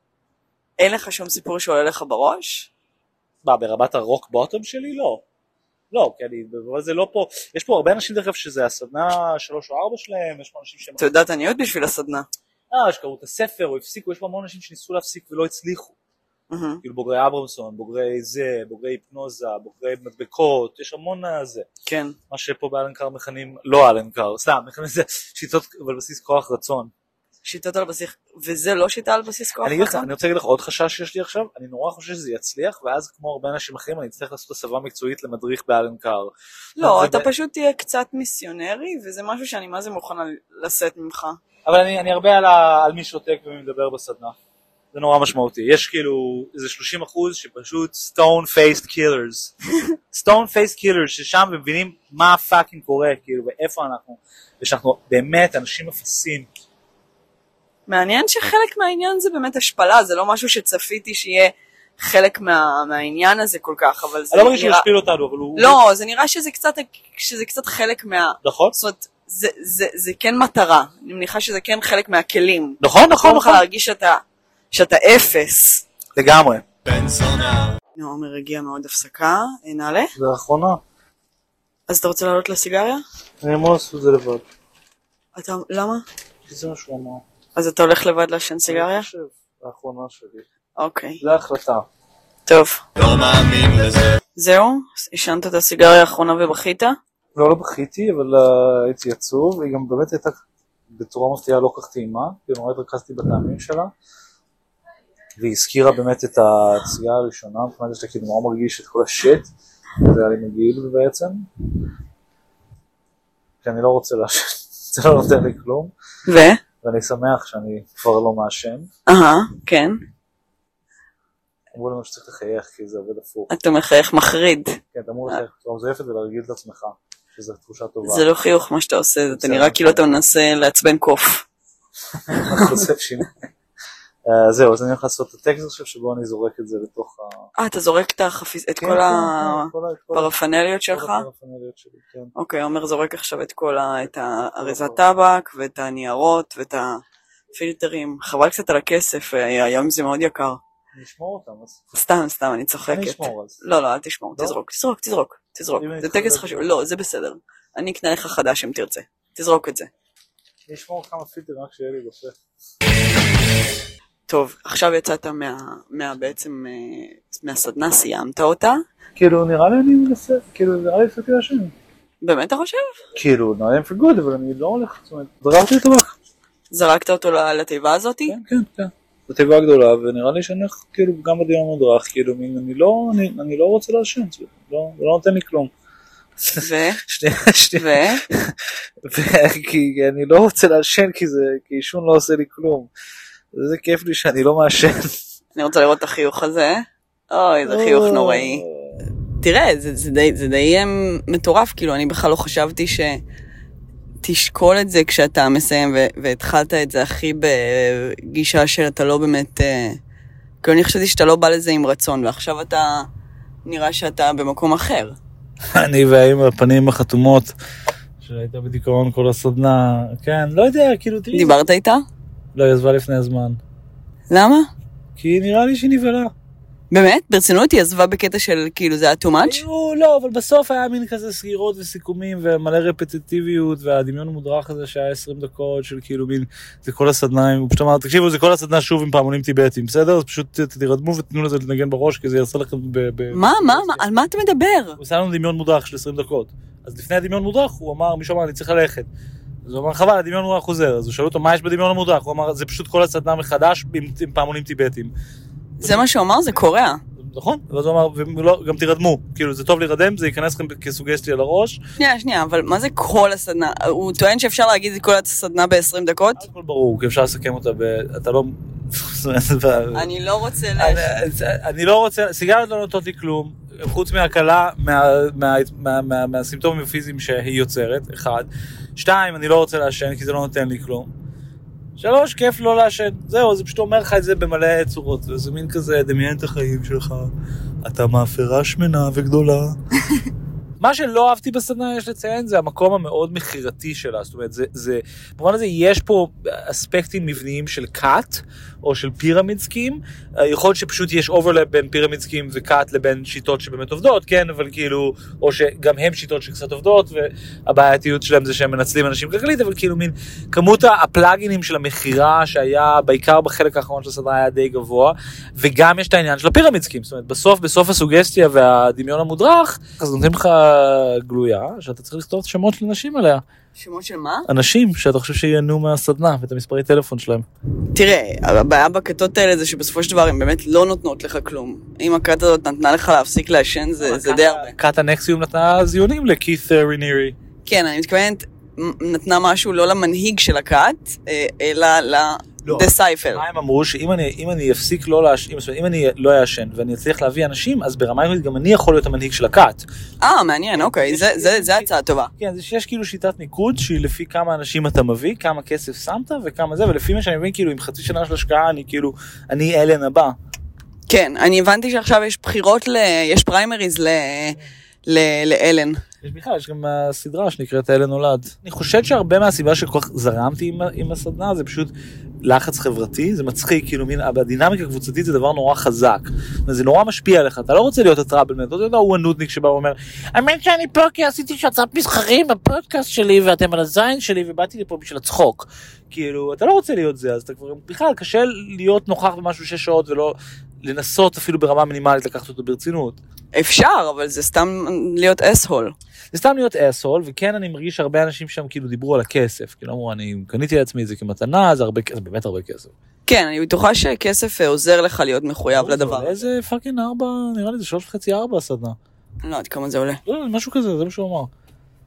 אין לך שום סיפור שעולה לך בראש? ברמת הרוק בוטום שלי? לא. לא, כי זה לא פה, יש פה הרבה אנשים דרך כלל שזה הסדנה 3 או 4 שלהם, יש פה אנשים שהם... תעודת עניות בשביל הסדנה. שקראו את הספר או הפסיקו, יש פה המון אנשים שניסו להפסיק ולא הצליחו. כאילו בוגרי אברמסון, בוגרי זה, בוגרי היפנוזה, בוגרי מדבקות, יש המון זה. כן. מה שפה באלנקר מכנים, לא אלנקר, סתם, מכנים זה שיטות על בסיס כוח רצון. שיטות על בסיס, וזה לא שיטה על בסיס כוח רצון? אני רוצה להגיד לך עוד חשש שיש לי עכשיו, אני נורא חושב שזה יצליח, ואז כמו הרבה אנשים אחרים אני אצטרך לעשות הסבה מקצועית למדריך באלנקר. לא, אתה פשוט תהיה קצת מיסיונרי, וזה משהו שאני מה זה מוכנה לשאת ממך. אבל אני הרבה על מי שותק ומי מדבר בסדנה. זה נורא משמעותי. יש כאילו איזה 30% שפשוט stone-faced killers. stone-faced killers ששם מבינים מה פאקינג קורה, כאילו, ואיפה אנחנו, ושאנחנו באמת אנשים אפסים. מעניין שחלק מהעניין זה באמת השפלה, זה לא משהו שצפיתי שיהיה חלק מהעניין הזה כל כך, אבל זה אני לא מרגיש שהוא השפיל אותנו, אבל הוא... לא, זה נראה שזה קצת חלק מה... נכון? זאת אומרת, זה כן מטרה, אני מניחה שזה כן חלק מהכלים. נכון. לך להרגיש שאתה אפס. לגמרי. בן זונה. עומר הגיע מאוד הפסקה, נעלה? זה האחרונה. אז אתה רוצה לעלות לסיגריה? אני אמור לעשות את זה לבד. למה? כי זה מה שהוא אמר. אז אתה הולך לבד לעשן סיגריה? אני חושב, האחרונה שלי. אוקיי. זה ההחלטה. טוב. לא מאמין לזה. זהו? עישנת את הסיגריה האחרונה ובכית? לא בכיתי, אבל הייתי עצוב, והיא גם באמת הייתה בצורה מפתיעה לא כך טעימה, כי נורא התרכזתי בטעמים שלה, והיא הזכירה באמת את הסיגריה הראשונה, מבחינת שאתה כאילו נורא מרגיש את כל השיט, זה היה לי מגעיל בעצם, כי אני לא רוצה לעשן, זה לא נותן לי כלום, ואני שמח שאני כבר לא מעשן. כן. אמרו לנו שצריך לחייך, כי זה עובד הפוך. אתה מחייך מחריד. כן, אתה אמור לחייך בצורה מזויפת ולהרגיל את עצמך, שזו תחושה טובה. זה לא חיוך מה שאתה עושה, אתה נראה כאילו אתה מנסה לעצבן קוף. חושף שינה. זהו, אז אני הולך לעשות את הטקסט עכשיו שבו אני זורק את זה לתוך אתה זורק את כל הפרפנליות שלך? כל הפרפנליות שלי, כן. אוקיי, עומר זורק עכשיו את האריזת טבק ואת הניירות ואת הפילטרים. חבל קצת על הכסף, היום זה מאוד יקר. נשמור אותם, אז... סתם, אני צוחקת. אני אשמור אז. לא, אל תשמור, תזרוק. זה טקס חשוב, לא, זה בסדר. אני אקנה לך חדש אם תרצה. תזרוק את זה. אני אשמור כמה פילטרים רק שיהיה לי בפה. טוב, עכשיו יצאת בעצם מהסדנה, סיימת אותה? כאילו, נראה לי אני מנסה, נראה לי הפסקתי לשם. באמת אתה חושב? כאילו, נראה לי for good, אבל אני לא הולך, זאת אומרת, זרקתי את הבק. זרקת אותו לתיבה הזאת? כן. זו תיבה גדולה, ונראה לי שאני הולך, כאילו, גם בדיון מודרך, כאילו, אני לא רוצה להשן, זה לא נותן לי כלום. כי אני לא רוצה להשן, כי עישון לא עושה לי כלום. זה כיף לי שאני לא מעשן. אני רוצה לראות את החיוך הזה. אוי, זה חיוך נוראי. תראה, זה די מטורף, כאילו, אני בכלל לא חשבתי שתשקול את זה כשאתה מסיים, והתחלת את זה הכי בגישה שאתה לא באמת, כאילו אני חשבתי שאתה לא בא לזה עם רצון, ועכשיו אתה נראה שאתה במקום אחר. אני והאם הפנים החתומות, שהייתה בדיכאון כל הסדנה, כן, לא יודע, כאילו תראי. דיברת איתה? לא, היא עזבה לפני הזמן. למה? כי נראה לי שהיא נבלה. באמת? ברצינות היא עזבה בקטע של כאילו זה היה too much? לא, אבל בסוף היה מין כזה סגירות וסיכומים ומלא רפטיטיביות, והדמיון המודרך הזה שהיה 20 דקות של כאילו מין, זה כל הסדנה, הוא פשוט אמר, תקשיבו, זה כל הסדנה שוב עם פעמונים טיבטיים, בסדר? אז פשוט תרדמו ותתנו לזה לנגן בראש, כי זה יעשה לכם מה? על מה אתה מדבר? הוא עושה לנו דמיון מודרך של 20 דקות. אז לפני הדמיון מודרך הוא אמר, מישהו אמר, אני צריך ללכת. אז הוא אמר, חבל, הדמיון המודרך חוזר. אז הוא שאל אותו, מה יש בדמיון המודרך? הוא אמר, זה פשוט כל הסדנה מחדש עם פעמונים טיבטיים. זה מה שהוא אמר, זה קורע. נכון, ואז הוא אמר, גם תירדמו, כאילו זה טוב להירדם, זה ייכנס לכם כסוגסטיה לראש. שנייה, אבל מה זה כל הסדנה? הוא טוען שאפשר להגיד את כל הסדנה ב-20 דקות? הכל ברור, כי אפשר לסכם אותה אתה לא... אני לא רוצה אני לא רוצה, סיגריות לא נותנות לי כלום, חוץ מהקלה, מהסימפטומים הפיזיים שהיא יוצרת, 1. 2, אני לא רוצה לעשן, כי זה לא נותן לי כלום. 3, כיף לא לעשן, זהו, זה פשוט אומר לך את זה במלא צורות, וזה מין כזה, דמיין את החיים שלך, אתה מאפרה שמנה וגדולה. מה שלא אהבתי בסדנה, יש לציין, זה המקום המאוד מחירתי שלה, זאת אומרת, במובן הזה יש פה אספקטים מבניים של קאט, או של פירמיד סקים, יכול להיות שפשוט יש אוברלאפ בין פירמיד סקים וקאט לבין שיטות שבאמת עובדות, כן, אבל כאילו, או שגם הם שיטות שקצת עובדות, והבעייתיות שלהם זה שהם מנצלים אנשים כלכלית, אבל כאילו מין, כמות הפלאגינים של המחירה שהיה, בעיקר בחלק האחרון של הסדרה היה די גבוה, וגם יש את העניין של הפירמיד סקים, זאת אומרת, בסוף הסוגסטיה והדמיון המודרך, אז נותנים לך גלויה, שאתה צריך לכתוב שמות של אנשים עליה. שמות של מה? אנשים שאתה חושב שיהנו מהסדנה ואת המספרי טלפון שלהם. תראה, הבעיה בכתות האלה זה שבסופו של דבר הן באמת לא נותנות לך כלום. אם הכת הזאת נתנה לך להפסיק לעשן, זה די הרבה. כת הנקסיום נתנה זיונים לכית רינירי. כן, אני מתכוונת, נתנה משהו לא למנהיג של הכת, אלא לדסייפר. מה הם אמרו? שאם אני אפסיק לא לעשן, אם אני לא אעשן ואני אצליח להביא אנשים, אז ברמה עקרונית גם אני יכול להיות המנהיג של הכת. מעניין, אוקיי, זה הצעה טובה. כן, זה שיש כאילו שיטת ניקוד, שהיא לפי כמה אנשים אתה מביא, כמה כסף שמת וכמה זה, ולפי מה שאני מבין, כאילו, עם חצי שנה של השקעה, אני אלן הבא. כן, אני הבנתי שעכשיו יש בחירות, יש פריימריז לאלן. יש בכלל, יש גם סדרה שנקראת אלן נולד. אני חושד שהרבה מהסיבה שכל כך זרמתי עם הסדנה, זה פשוט לחץ חברתי, זה מצחיק, כאילו, הדינמיקה הקבוצתית זה דבר נורא חזק. זה נורא משפיע עליך, אתה לא רוצה להיות הטראבלמן, אתה יודע, הוא הנודניק שבא ואומר, האמת שאני פה כי עשיתי שצ"פ מסחרי בפודקאסט שלי, ואתם על הזין שלי, ובאתי לפה בשביל הצחוק. כאילו, אתה לא רוצה להיות זה, אז אתה כבר, בכלל, קשה להיות נוכח במשהו 6 שעות, ולא לנסות אפילו ברמה מינימלית לקחת אותו ברצינות. אפשר, אבל זה סתם להיות אסהול. זה סתם להיות אסהול, וכן אני מרגיש הרבה אנשים שם כאילו דיברו על הכסף, כאילו אמרו, אני קניתי לעצמי את זה כמתנה, זה באמת הרבה כסף. כן, אני בטוחה שכסף עוזר לך להיות מחויב לדבר. איזה פאקינג 4, נראה לי זה 3.5-4 הסדנה. אני לא יודעת כמה זה עולה. לא, משהו כזה, זה מה שהוא אמר.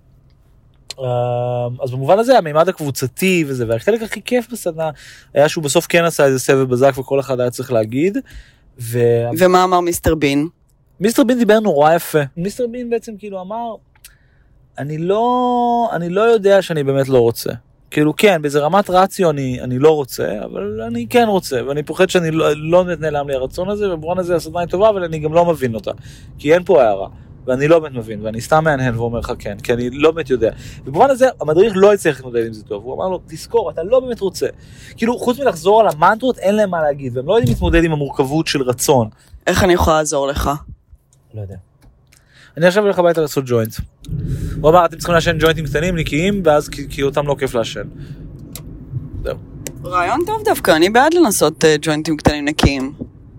אז במובן הזה, המימד הקבוצתי וזה, והחלק הכי כיף בסדנה, היה שהוא בסוף כן עשה איזה סבב בזק, וכל אחד היה צריך להגיד. ומה אמר מיסטר בין? מיסטר בין דיבר נורא יפה. מיסטר בין בעצם כאילו אמר, אני לא יודע שאני באמת לא רוצה. כאילו כן, באיזה רמת רציו אני לא רוצה, אבל אני כן רוצה, ואני פוחד שאני לא נעלם לי הרצון הזה, ובמובן הזה הסדנה היא טובה, אבל אני גם לא מבין אותה. כי אין פה הערה, ואני לא באמת מבין, ואני סתם מהנהן ואומר לך כן, כי אני לא באמת יודע. ובמובן הזה המדריך לא יצטרך להתמודד עם זה טוב, הוא אמר לו, תזכור, אתה לא באמת רוצה. כאילו, חוץ מלחזור על המנטרות, אין להם מה להגיד, והם לא יודעים להתמודד עם המורכבות של רצון. איך אני יכולה לעזור לך? לא יודע. אני עכשיו הולך הביתה לעשות ג'וינט. הוא אמר, אתם צריכים לעשן ג'וינטים קטנים, נקיים, ואז כי אותם לא כיף לעשן. זהו. רעיון טוב דווקא, אני בעד לנסות ג'וינטים קטנים נקיים.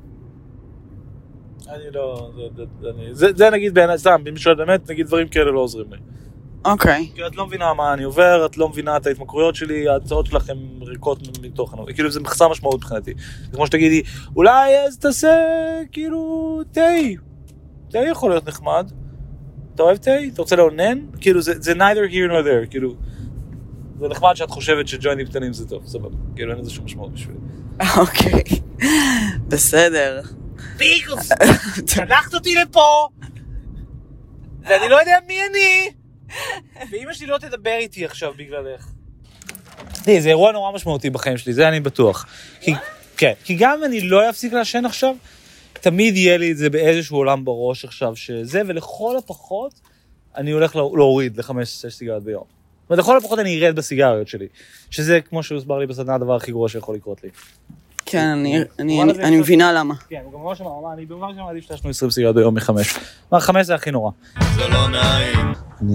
אני לא... זה נגיד בעיניי, סתם, במשל באמת, נגיד דברים כאלה לא עוזרים לי. אוקיי. כי את לא מבינה מה אני עובר, את לא מבינה את ההתמכרויות שלי, ההצעות שלכם ריקות מתוכן. כאילו זה מחסר משמעות מבחינתי. כמו שתגידי, אולי אז תעשה כאילו תה יכול להיות נחמד. אתה אוהב תה? אתה רוצה לעונן? כאילו זה neither here nor there, כאילו זה נחמד שאת חושבת שג'וינטים קטנים זה טוב, סבבה. כאילו אין איזה שום משמעות בשבילי. אוקיי, בסדר. פיקוס, שלחת אותי לפה, ואני לא יודע מי אני, ואמא שלי לא תדבר איתי עכשיו בגללך. זה אירוע נורא משמעותי בחיים שלי, זה אני בטוח. כי גם אני לא אפסיק לעשן עכשיו, תמיד יהיה לי את זה באיזשהו עולם בראש עכשיו שזה, ולכל הפחות אני הולך להוריד ל5-6 סיגריות ביום. ולכל הפחות אני ארד בסיגריות שלי, שזה כמו שהוסבר לי בסדנה הדבר הכי גרוע שיכול לקרות לי. כן, אני מבינה למה. כן, הוא גם ממש אמר, אני במובן שאני מעדיף שתעשנו 20 סיגריות ביום מ5. 5 זה הכי נורא. זה לא נעים.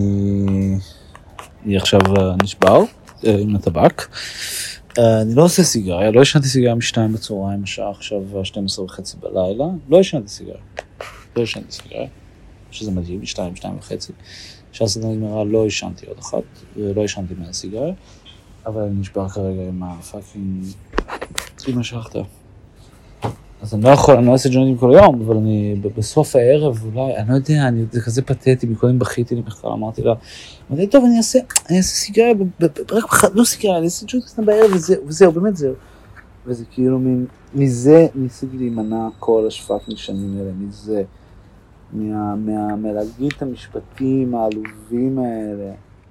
אני עכשיו נשבר עם הטבק. אני לא עושה סיגריה, לא ישנתי סיגריה מ2 בצהריים, השעה עכשיו 12:30 בלילה. לא ישנתי סיגריה. שזה מדהים, 2:30. שהסדנה נגמרה, לא ישנתי עוד אחת, לא ישנתי מהסיגריה. אבל אני נשבר כרגע עם הפאקינג... עם השחטה. אז אני לא אעשה ג'וינטים כל היום, אבל אני בסוף הערב אולי, אני לא יודע, זה כזה פתטי, מקודם בכיתי למחקר, אמרתי לה, טוב, אני אעשה סיגריה, רק לא סיגריה, אני אעשה ג'וינט קטן בערב, וזהו, באמת זהו. וזה כאילו מזה ניסיתי להימנע כל השפאקינג שנים האלה, מזה, מלהגיד את המשפטים העלובים האלה.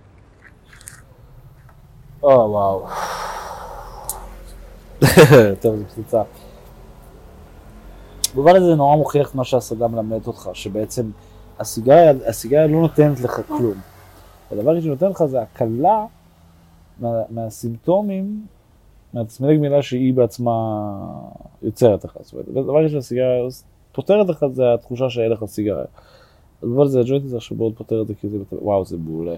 וואו. טוב, זה פצצה. במובן הזה זה נורא מוכיח מה שהסדנה מלמד אותך, שבעצם הסיגריה לא נותנת לך כלום. הדבר שהיא נותנת לך זה הקלה מהסימפטומים, מהתסמיני גמילה שהיא בעצמה יוצרת לך. זאת אומרת, הדבר שהסיגריה פותרת לך זה התחושה שאין לך סיגריה. אבל זה הג'וינט הזה עכשיו מאוד פותר את זה, כי זה, וואו, זה מעולה.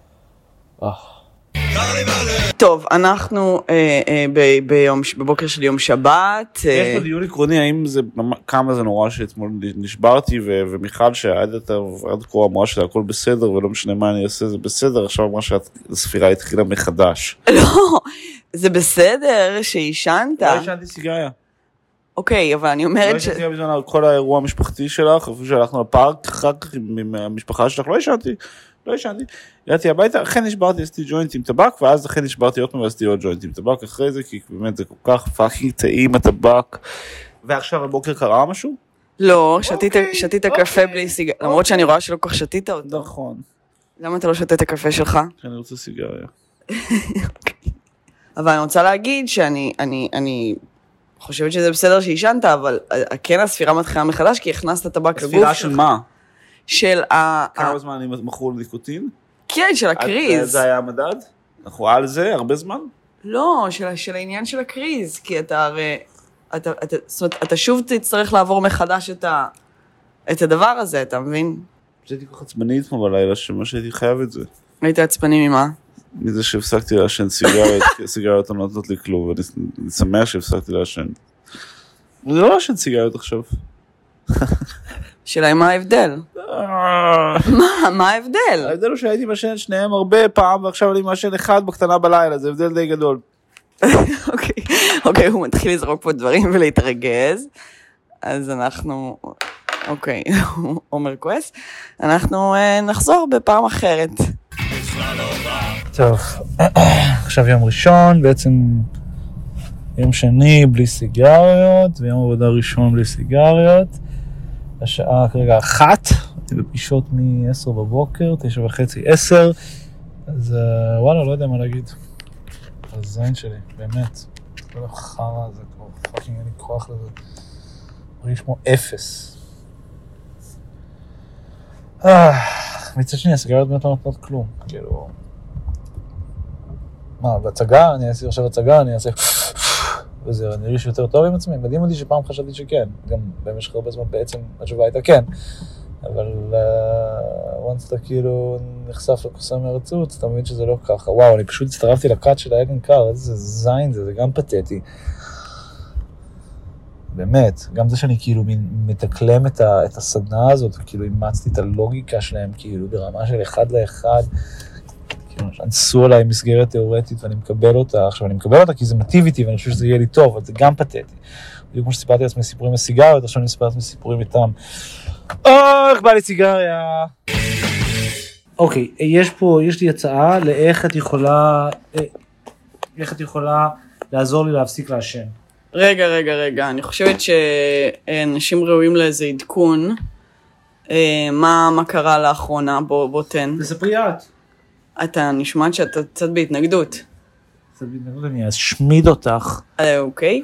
טוב, אנחנו בבוקר של יום שבת. יש פה דיון עקרוני, האם זה, כמה זה נורא שאתמול נשברתי, ומיכל שעד כה אמרה שהכל בסדר, ולא משנה מה אני אעשה, זה בסדר, עכשיו אמרה שהספירה התחילה מחדש. לא, זה בסדר שישנת. לא ישנתי סיגריה. אוקיי, אבל אני אומרת לא ישנתי בזמן כל האירוע המשפחתי שלך, אפילו שהלכנו לפארק, אחר כך עם המשפחה שלך, לא ישנתי. הגעתי הביתה, אכן נשברתי, עשיתי ג'וינט עם טבק, ואז אכן נשברתי עוד פעם ועשיתי עוד ג'וינט עם טבק אחרי זה, כי באמת זה כל כך פאקינג טעים הטבק. ועכשיו הבוקר קרה משהו? לא, שתית קפה בלי סיגריה, למרות שאני רואה שלא כל כך שתית אותו. נכון. למה אתה לא שותה את הקפה שלך? כי אני רוצה סיגריה. אבל אני רוצה להגיד שאני חושבת שזה בסדר שישנת, אבל כן הספירה מתחילה מחדש, כי הכנסת טבק לגוף. הספירה של מה? של כמה זמן אני מכור לניקוטין? כן, של הקריז. זה היה המדד? אנחנו על זה הרבה זמן? לא, של העניין של הקריז, כי אתה הרי, זאת אומרת, אתה שוב תצטרך לעבור מחדש את הדבר הזה, אתה מבין? הייתי כל כך עצבני אתמול בלילה, שמה שהייתי חייב את זה. היית עצבני ממה? מזה שהפסקתי לעשן סיגריות, כי סיגריות לא נותנות לי כלום, ואני שמח שהפסקתי לעשן. זה לא לעשן סיגריות עכשיו. שאלה, מה ההבדל? מה ההבדל? ההבדל הוא שהייתי משן שניהם הרבה פעם, ועכשיו אני משן אחד בקטנה בלילה, זה הבדל די גדול. אוקיי, הוא מתחיל לזרוק פה דברים ולהתרגז, אז אנחנו, אוקיי, עומר כועס, אנחנו נחזור בפעם אחרת. טוב, עכשיו יום ראשון, בעצם יום שני בלי סיגריות, ויום עבודה ראשון בלי סיגריות. השעה כרגע 1, הייתי בפגישות מ-10 בבוקר, 9:30, 10, אז וואלה, לא יודע מה להגיד. הזין שלי, באמת. כל החרא הזה, כבר פאקינג אין לי כוח לזה. מרגיש כמו 0. מצד שני, הסיגריות באמת לא נותנות כלום, כאילו... מה, בהצגה? אני אעשה עכשיו הצגה, אני אעשה... וזה נרגיש יותר טוב עם עצמי. מדהים אותי שפעם חשבתי שכן, גם במשך הרבה זמן בעצם התשובה הייתה כן. אבל once אתה כאילו נחשף לקוסם מהרצוץ, אתה מבין שזה לא ככה. וואו, אני פשוט הצטרפתי לקאט של אלן קאר, איזה זין זה גם פתטי. באמת, גם זה שאני כאילו מתקלם את הסדנה הזאת, וכאילו אימצתי את הלוגיקה שלהם, כאילו ברמה של 1 ל-1, כאילו אנסו עליי מסגרת תיאורטית, ואני מקבל אותה. עכשיו, אני מקבל אותה כי זה מטיב איתי, ואני חושב שזה יהיה לי טוב, אבל זה גם פתטי. בדיוק כמו שסיפרתי לעצמי סיפורים מסיגריות, עכשיו אני סיפרתי לעצמי סיפורים איתם. איך בא לי סיגריה? אוקיי, יש לי הצעה לאיך את יכולה לעזור לי להפסיק לעשן. רגע, אני חושבת שאנשים ראויים לאיזה עדכון. מה קרה לאחרונה? בוא תן. תספרי את. אתה נשמע שאתה קצת בהתנגדות. קצת בהתנגדות, אני אשמיד אותך. אוקיי.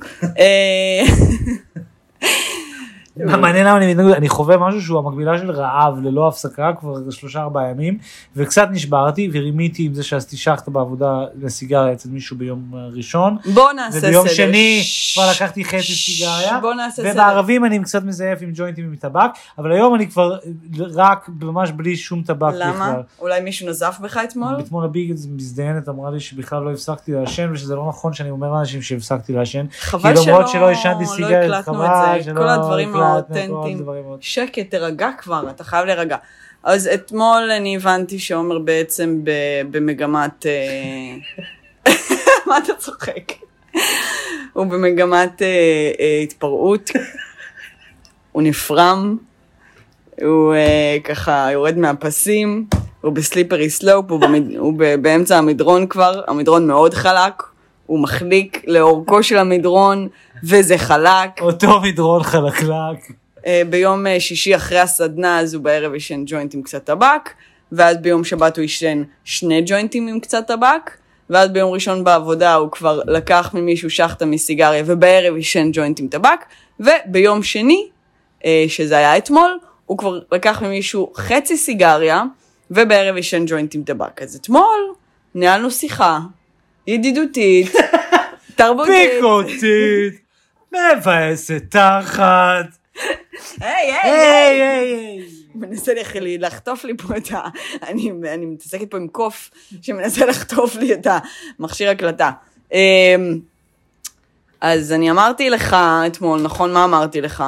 מעניין למה אני מתנגד, אני חווה משהו שהוא המקבילה של רעב ללא הפסקה כבר 3-4 ימים, וקצת נשברתי ורימיתי עם זה שעשיתי שחטה בעבודה לסיגריה אצל מישהו ביום ראשון. בוא נעשה סדר. וביום שני כבר לקחתי חצי סיגריה. בוא נעשה סדר. ובערבים אני קצת מזייף עם ג'וינטים עם טבק, אבל היום אני כבר רק ממש בלי שום טבק בכלל. למה? אולי מישהו נזף בך אתמול? אתמול הביגלס מזדיינת אמרה לי שבכלל לא הפסקתי לעשן, ושזה לא נכון שאני אומר לאנשים שהפסקתי לעשן. חבל שלא הקלטנו את זה. כל הדברים האותנטיים. שקט, תרגע כבר, אתה חייב להירגע. אז אתמול אני הבנתי שעומר בעצם במגמת... מה אתה צוחק? הוא במגמת התפרעות. הוא נפרם. הוא ככה יורד מהפסים. הוא בסליפרי סלופ. הוא באמצע המדרון כבר. המדרון מאוד חלק. הוא מחליק לאורכו של המדרון, וזה חלק. אותו מדרון חלקלק. ביום שישי אחרי הסדנה, אז הוא בערב ישן ג'וינט עם קצת טבק, ואז ביום שבת הוא ישן 2 ג'וינטים עם קצת טבק, ואז ביום ראשון בעבודה הוא כבר לקח ממישהו שחטה מסיגריה, ובערב ישן ג'וינט עם טבק, וביום שני, שזה היה אתמול, הוא כבר לקח ממישהו חצי סיגריה, ובערב ישן ג'וינט עם טבק. אז אתמול ניהלנו שיחה, ידידותית, תרבותית. פיקותית, מבאסת תחת. היי. מנסה לחטוף לי פה את אני מתעסקת פה עם קוף, שמנסה לחטוף לי את המכשיר הקלטה. אז אני אמרתי לך אתמול, נכון? מה אמרתי לך?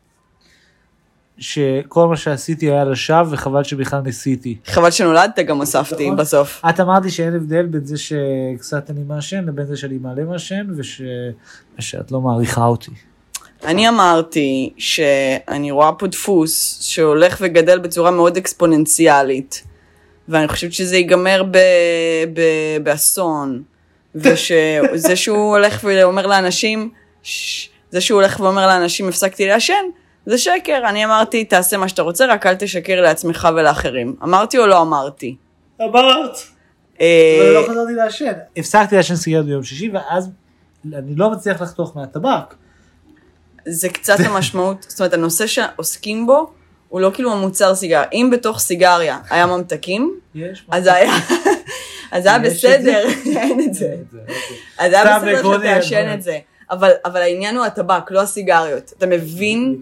שכל מה שעשיתי היה לשווא, וחבל שבכלל ניסיתי. חבל שנולדת גם אספתי בסוף. את אמרתי שאין הבדל בין זה שקצת אני מעשן, לבין זה שאני מעלה מעשן, ושאת לא מעריכה אותי. אני אמרתי שאני רואה פה דפוס שהולך וגדל בצורה מאוד אקספוננציאלית, ואני חושבת שזה ייגמר באסון, וזה שהוא הולך ואומר לאנשים, הפסקתי לעשן, זה שקר. אני אמרתי, תעשה מה שאתה רוצה, רק אל תשקר לעצמך ולאחרים. אמרתי או לא אמרתי? אמרת. אבל לא חזרתי לעשן. הפסקתי לעשן סיגריות ביום שישי, ואז אני לא מצליח לחתוך מהטבק. זה קצת המשמעות, זאת אומרת, הנושא שעוסקים בו, הוא לא כאילו המוצר סיגריה. אם בתוך סיגריה היה ממתקים, אז היה בסדר, אין את זה. אז היה בסדר שאתה ישן את זה. אבל העניין הוא הטבק, לא הסיגריות. אתה מבין?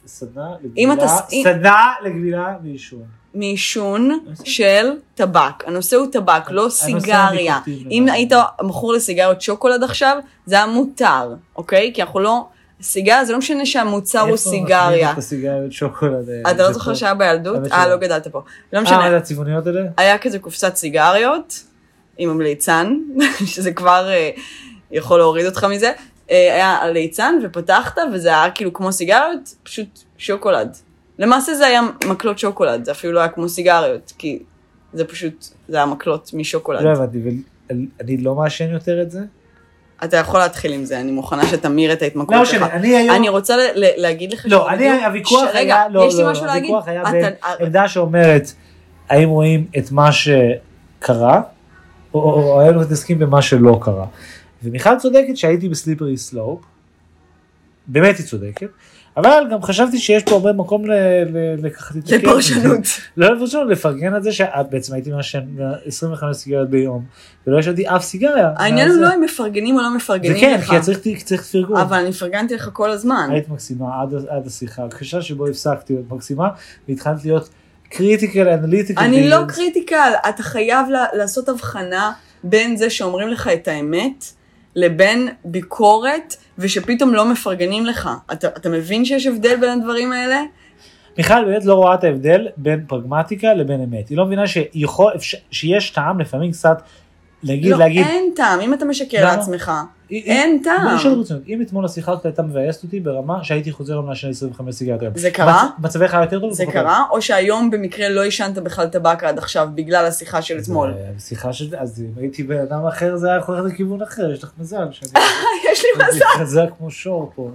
סדנה לגבילה מעישון. מעישון של טבק. הנושא הוא טבק, לא סיגריה. אם היית מכור לסיגריות שוקולד עכשיו, זה היה מותר, אוקיי? כי אנחנו לא... סיגריה, זה לא משנה שהמוצר הוא סיגריה. איפה מכניס את הסיגריות שוקולד? אתה לא זוכר שהיה בילדות? לא גדלת פה. לא משנה. זה הצבעוניות האלה? היה כזה קופסת סיגריות, עם המליצן, שזה כבר יכול להוריד אותך מזה. היה הליצן ופתחת, וזה היה כאילו כמו סיגריות, פשוט שוקולד. למעשה זה היה מקלות שוקולד, זה אפילו לא היה כמו סיגריות, כי זה פשוט, זה היה מקלות משוקולד. לא הבנתי, ואני לא מעשן יותר את זה? אתה יכול להתחיל עם זה, אני מוכנה שתמיר את ההתמכרות שלך. אני רוצה להגיד לך... לא, הוויכוח היה... יש לי משהו להגיד. הוויכוח היה בעמדה שאומרת, האם רואים את מה שקרה, או האם מתעסקים במה שלא קרה. ומיכל צודקת שהייתי בסליפרי סלופ, באמת היא צודקת, אבל גם חשבתי שיש פה הרבה מקום לקחת את הכיף. לפרשנות. לא לפרשנות, לפרגן את זה שבעצם הייתי מעשן 25 סיגריות ביום, ולא ישנתי אף סיגריה. העניין הוא לא אם מפרגנים או לא מפרגנים לך. זה כן, כי צריך פרגון. אבל אני פרגנתי לך כל הזמן. היית מקסימה עד השיחה, הקשה שבו הפסקתי להיות מקסימה, והתחלתי להיות קריטיקל, אנליטיקל. אני לא קריטיקל, אתה חייב לעשות הבחנה בין זה שאומרים לך את האמת, לבין ביקורת, ושפתאום לא מפרגנים לך. אתה מבין שיש הבדל בין הדברים האלה? מיכל באמת לא רואה את ההבדל בין פרגמטיקה לבין אמת. היא לא מבינה שיש טעם לפעמים קצת להגיד... לא, אין טעם. אם אתה משקר לעצמך, אין טעם. אם אתמול השיחה הזאת הייתה מבאסת אותי ברמה שהייתי חוזר למעשן 25 סיגריות. זה קרה? מצבך היה יותר טוב? זה קרה? או שהיום במקרה לא ישנת בכלל טבק עד עכשיו בגלל השיחה של אתמול? השיחה של... אז אם הייתי בן אדם אחר זה היה יכול ללכת לכיוון אחר. יש לך מזל. יש לי מזל. זה חזק כמו שור פה.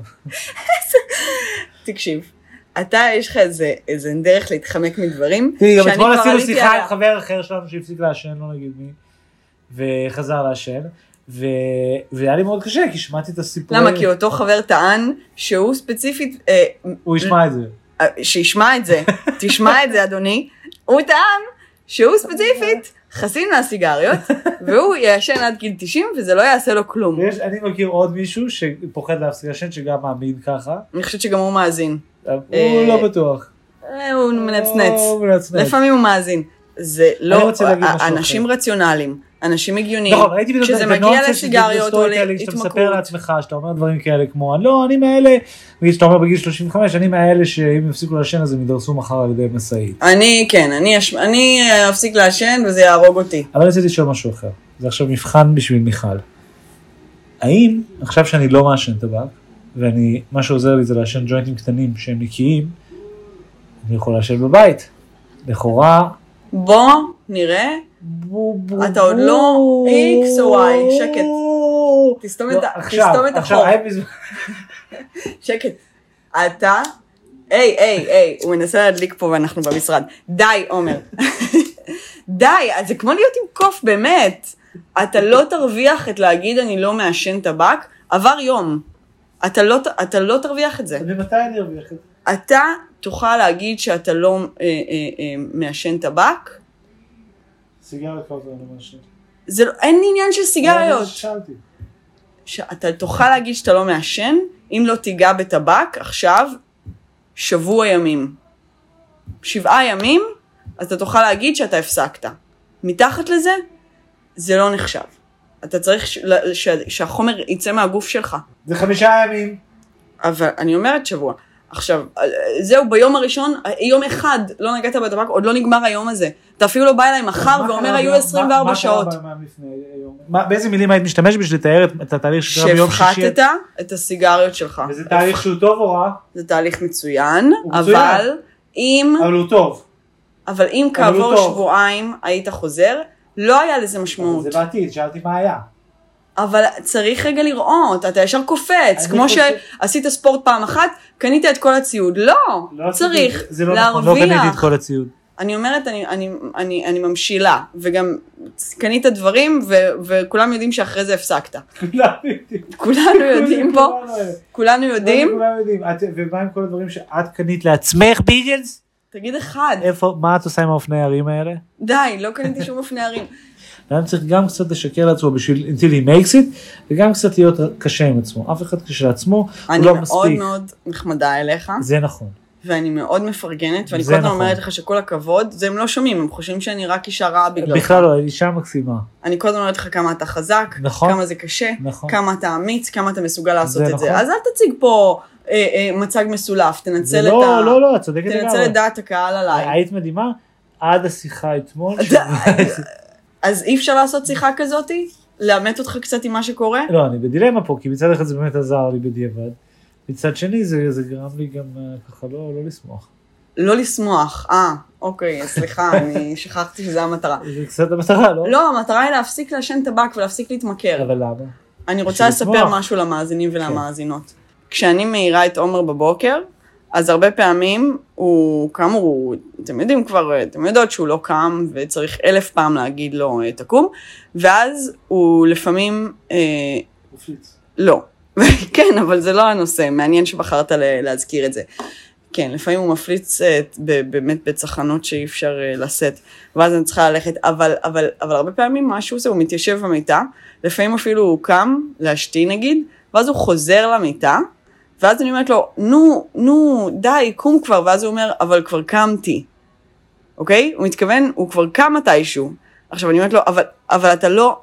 תקשיב. אתה, יש לך איזה דרך להתחמק מדברים. תראי, גם אתמול עשינו שיחה עם חבר אחר שלנו שהפסיק לעשן, לא נגיד מי, וחזר לעשן, והיה לי מאוד קשה, כי שמעתי את הסיפור. למה? כי אותו חבר טען שהוא ספציפית... הוא ישמע את זה. שישמע את זה, תשמע את זה אדוני, הוא טען שהוא ספציפית חסין מהסיגריות, והוא יעשן עד גיל 90 וזה לא יעשה לו כלום. אני מכיר עוד מישהו שפוחד להפסיק לעשן שגם מאמין ככה. אני חושבת שגם הוא מאזין. הוא לא בטוח. הוא מנצנץ. לפעמים הוא מאזין. זה לא, אנשים רציונליים, אנשים הגיוניים. נכון, ראיתי כשזה מגיע לסיגריות או להתמכרות. שאתה מספר לעצמך, שאתה אומר דברים כאלה כמו, לא, אני מאלה, שאתה אומר בגיל 35, אני מאלה שאם יפסיקו לעשן אז הם ידרסו מחר על ידי מסעית. אני אפסיק לעשן וזה יהרוג אותי. אבל אני רציתי לשאול משהו אחר. זה עכשיו מבחן בשביל מיכל. האם, עכשיו שאני לא מעשן טבק, ומה שעוזר לי זה לעשן ג'וינטים קטנים שהם נקיים, אני יכול לעשן בבית. לכאורה... בוא, נראה. אתה עוד לא X או Y, שקט. תסתום את החור. שקט. אתה, הוא מנסה להדליק פה ואנחנו במשרד. די, עומר. די, זה כמו להיות עם קוף, באמת. אתה לא תרוויח את להגיד אני לא מעשן טבק, עבר יום. אתה לא תרוויח את זה. ומתי אני ארוויח את זה? אתה תוכל להגיד שאתה לא מעשן טבק? סיגריות כבר זה לא מעשן. אין עניין של סיגריות. שאלתי. אתה תוכל להגיד שאתה לא מעשן, אם לא תיגע בטבק, עכשיו, שבוע ימים. 7 ימים, אז אתה תוכל להגיד שאתה הפסקת. מתחת לזה, זה לא נחשב. אתה צריך שהחומר יצא מהגוף שלך. זה 5 ימים. אבל אני אומרת שבוע. עכשיו, זהו, ביום הראשון, יום אחד לא נגעת בטבק, עוד לא נגמר היום הזה. אתה אפילו לא בא אליי מחר ואומר, היו 24 שעות. מה קרה לפני היום? באיזה מילים היית משתמש בשביל לתאר את התהליך שקרה ביום שישי? שהפחתת את הסיגריות שלך. וזה תהליך שהוא טוב או רע? זה תהליך מצוין, אבל אם... אבל הוא טוב. אבל אם כעבור שבועיים היית חוזר, לא היה לזה משמעות. זה בעתיד, שאלתי מה היה. אבל צריך רגע לראות, אתה ישר קופץ, כמו שעשית ספורט פעם אחת, קנית את כל הציוד. לא, צריך להרוויח. לא קניתי את כל הציוד. אני אומרת, אני ממשילה, וגם קנית דברים, וכולם יודעים שאחרי זה הפסקת. כולנו יודעים פה, כולנו יודעים. ומה עם כל הדברים שאת קנית לעצמך ביגלס? תגיד אחד. מה את עושה עם האופני הערים האלה? די, לא קניתי שום אופני ערים. אדם צריך גם קצת לשקר לעצמו בשביל until he makes it, וגם קצת להיות קשה עם עצמו. אף אחד כשלעצמו, הוא לא מספיק. אני מאוד מאוד נחמדה אליך. זה נכון. ואני מאוד מפרגנת, ואני כל הזמן אומרת לך שכל הכבוד, זה הם לא שומעים, הם חושבים שאני רק אישה רעה בגללך. בכלל לא, אישה מקסימה. אני כל הזמן אומרת לך כמה אתה חזק, כמה זה קשה, כמה אתה אמיץ, כמה אתה מסוגל לעשות את זה. אז אל תציג פה מצג מסולף, תנצל את דעת הקהל עליי. היית מדהימה? עד השיחה אתמול. אז אי אפשר לעשות שיחה כזאת? לאמת אותך קצת עם מה שקורה? לא, אני בדילמה פה, כי מצד אחד זה באמת עזר לי בדיעבד. מצד שני, זה גרם לי גם ככה לא לשמוח. לא לשמוח, אוקיי, סליחה, אני שכחתי שזה המטרה. זה קצת המטרה, לא? לא, המטרה היא להפסיק לעשן טבק ולהפסיק להתמכר. אבל למה? אני רוצה לספר משהו למאזינים ולמאזינות. כשאני מעירה את עומר בבוקר, אז הרבה פעמים הוא, כאמור, אתם יודעים כבר, אתם יודעות שהוא לא קם, וצריך 1000 פעם להגיד לו תקום, ואז הוא לפעמים... מפליץ. לא. כן, אבל זה לא הנושא, מעניין שבחרת להזכיר את זה. כן, לפעמים הוא מפליץ באמת בצחנות שאי אפשר לשאת, ואז אני צריכה ללכת, אבל הרבה פעמים מה שהוא עושה, הוא מתיישב במיטה, לפעמים אפילו הוא קם להשתי נגיד, ואז הוא חוזר למיטה, ואז אני אומרת לו, נו, די, קום כבר, ואז הוא אומר, אבל כבר קמתי, אוקיי? הוא מתכוון, הוא כבר קם מתישהו. עכשיו אני אומרת לו, אבל אתה לא,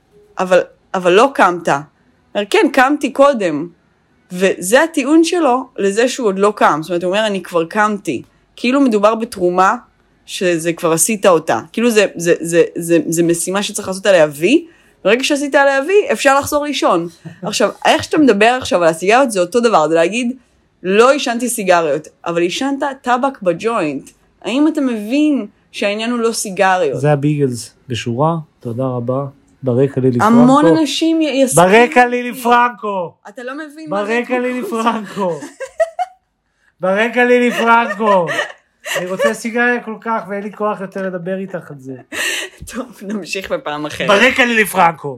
אבל לא קמת. אומר, כן, קמתי קודם. וזה הטיעון שלו לזה שהוא עוד לא קם. זאת אומרת, הוא אומר, אני כבר קמתי. כאילו מדובר בתרומה שזה כבר עשית אותה. כאילו זה משימה שצריך לעשות עליה וי, ברגע שעשית עליה וי, אפשר לחזור לישון. עכשיו, איך שאתה מדבר עכשיו על הסיגריות, זה אותו דבר, זה להגיד, לא עישנתי סיגריות, אבל עישנת טבק בג'וינט. האם אתה מבין שהעניין הוא לא סיגריות? זה הביגלס בשורה, תודה רבה. ברקע לילי פרנקו. המון אנשים יסכים. ברקע לילי פרנקו. אתה לא מבין מה זה. ברקע לילי פרנקו. ברקע לילי פרנקו. אני רוצה סיגריה כל כך, ואין לי כוח יותר לדבר איתך על זה. טוב, נמשיך בפעם אחרת. ברקע לילי פרנקו.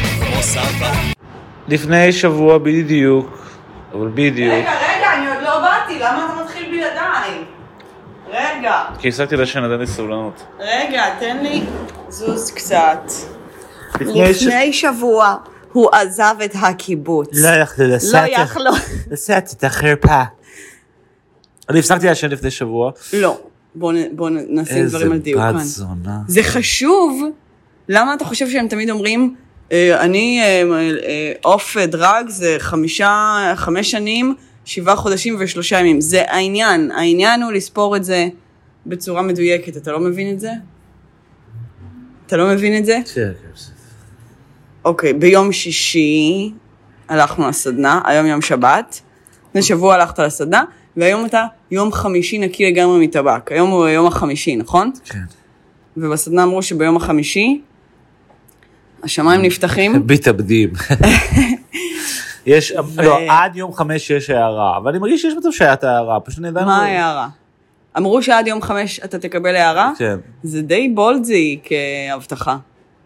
לפני שבוע בדיוק, אבל בדיוק. רגע, אני עוד לא באתי, למה אתה מתחיל בלעדיי? רגע. כי הפסקתי לשן, עדיין לי סבלנות. רגע, תן לי זוז קצת. לפני שבוע הוא עזב את הקיבוץ. לא יכלו. לשאת את החרפה. אני הפסקתי לשן לפני שבוע. לא, בוא נשים דברים על דיוק. איזה בת זונה. זה חשוב. למה אתה חושב שהם תמיד אומרים, אני אוף דרג, זה 5 שנים, 7 חודשים ו3 ימים. זה העניין. העניין הוא לספור את זה בצורה מדויקת. אתה לא מבין את זה? אתה לא מבין את זה? כן. אוקיי, ביום שישי הלכנו לסדנה, היום יום שבת, לפני שבוע הלכת לסדנה, והיום אתה יום חמישי נקי לגמרי מטבק. היום הוא יום החמישי, נכון? כן. ובסדנה אמרו שביום החמישי, השמיים נפתחים. מתאבדים. לא, עד יום 5 יש הערה, אבל אני מרגיש שיש מצב שהיה את הערה, פשוט נדע... מה הערה? אמרו שעד יום 5 אתה תקבל הערה? כן. זה די בולדזי כהבטחה.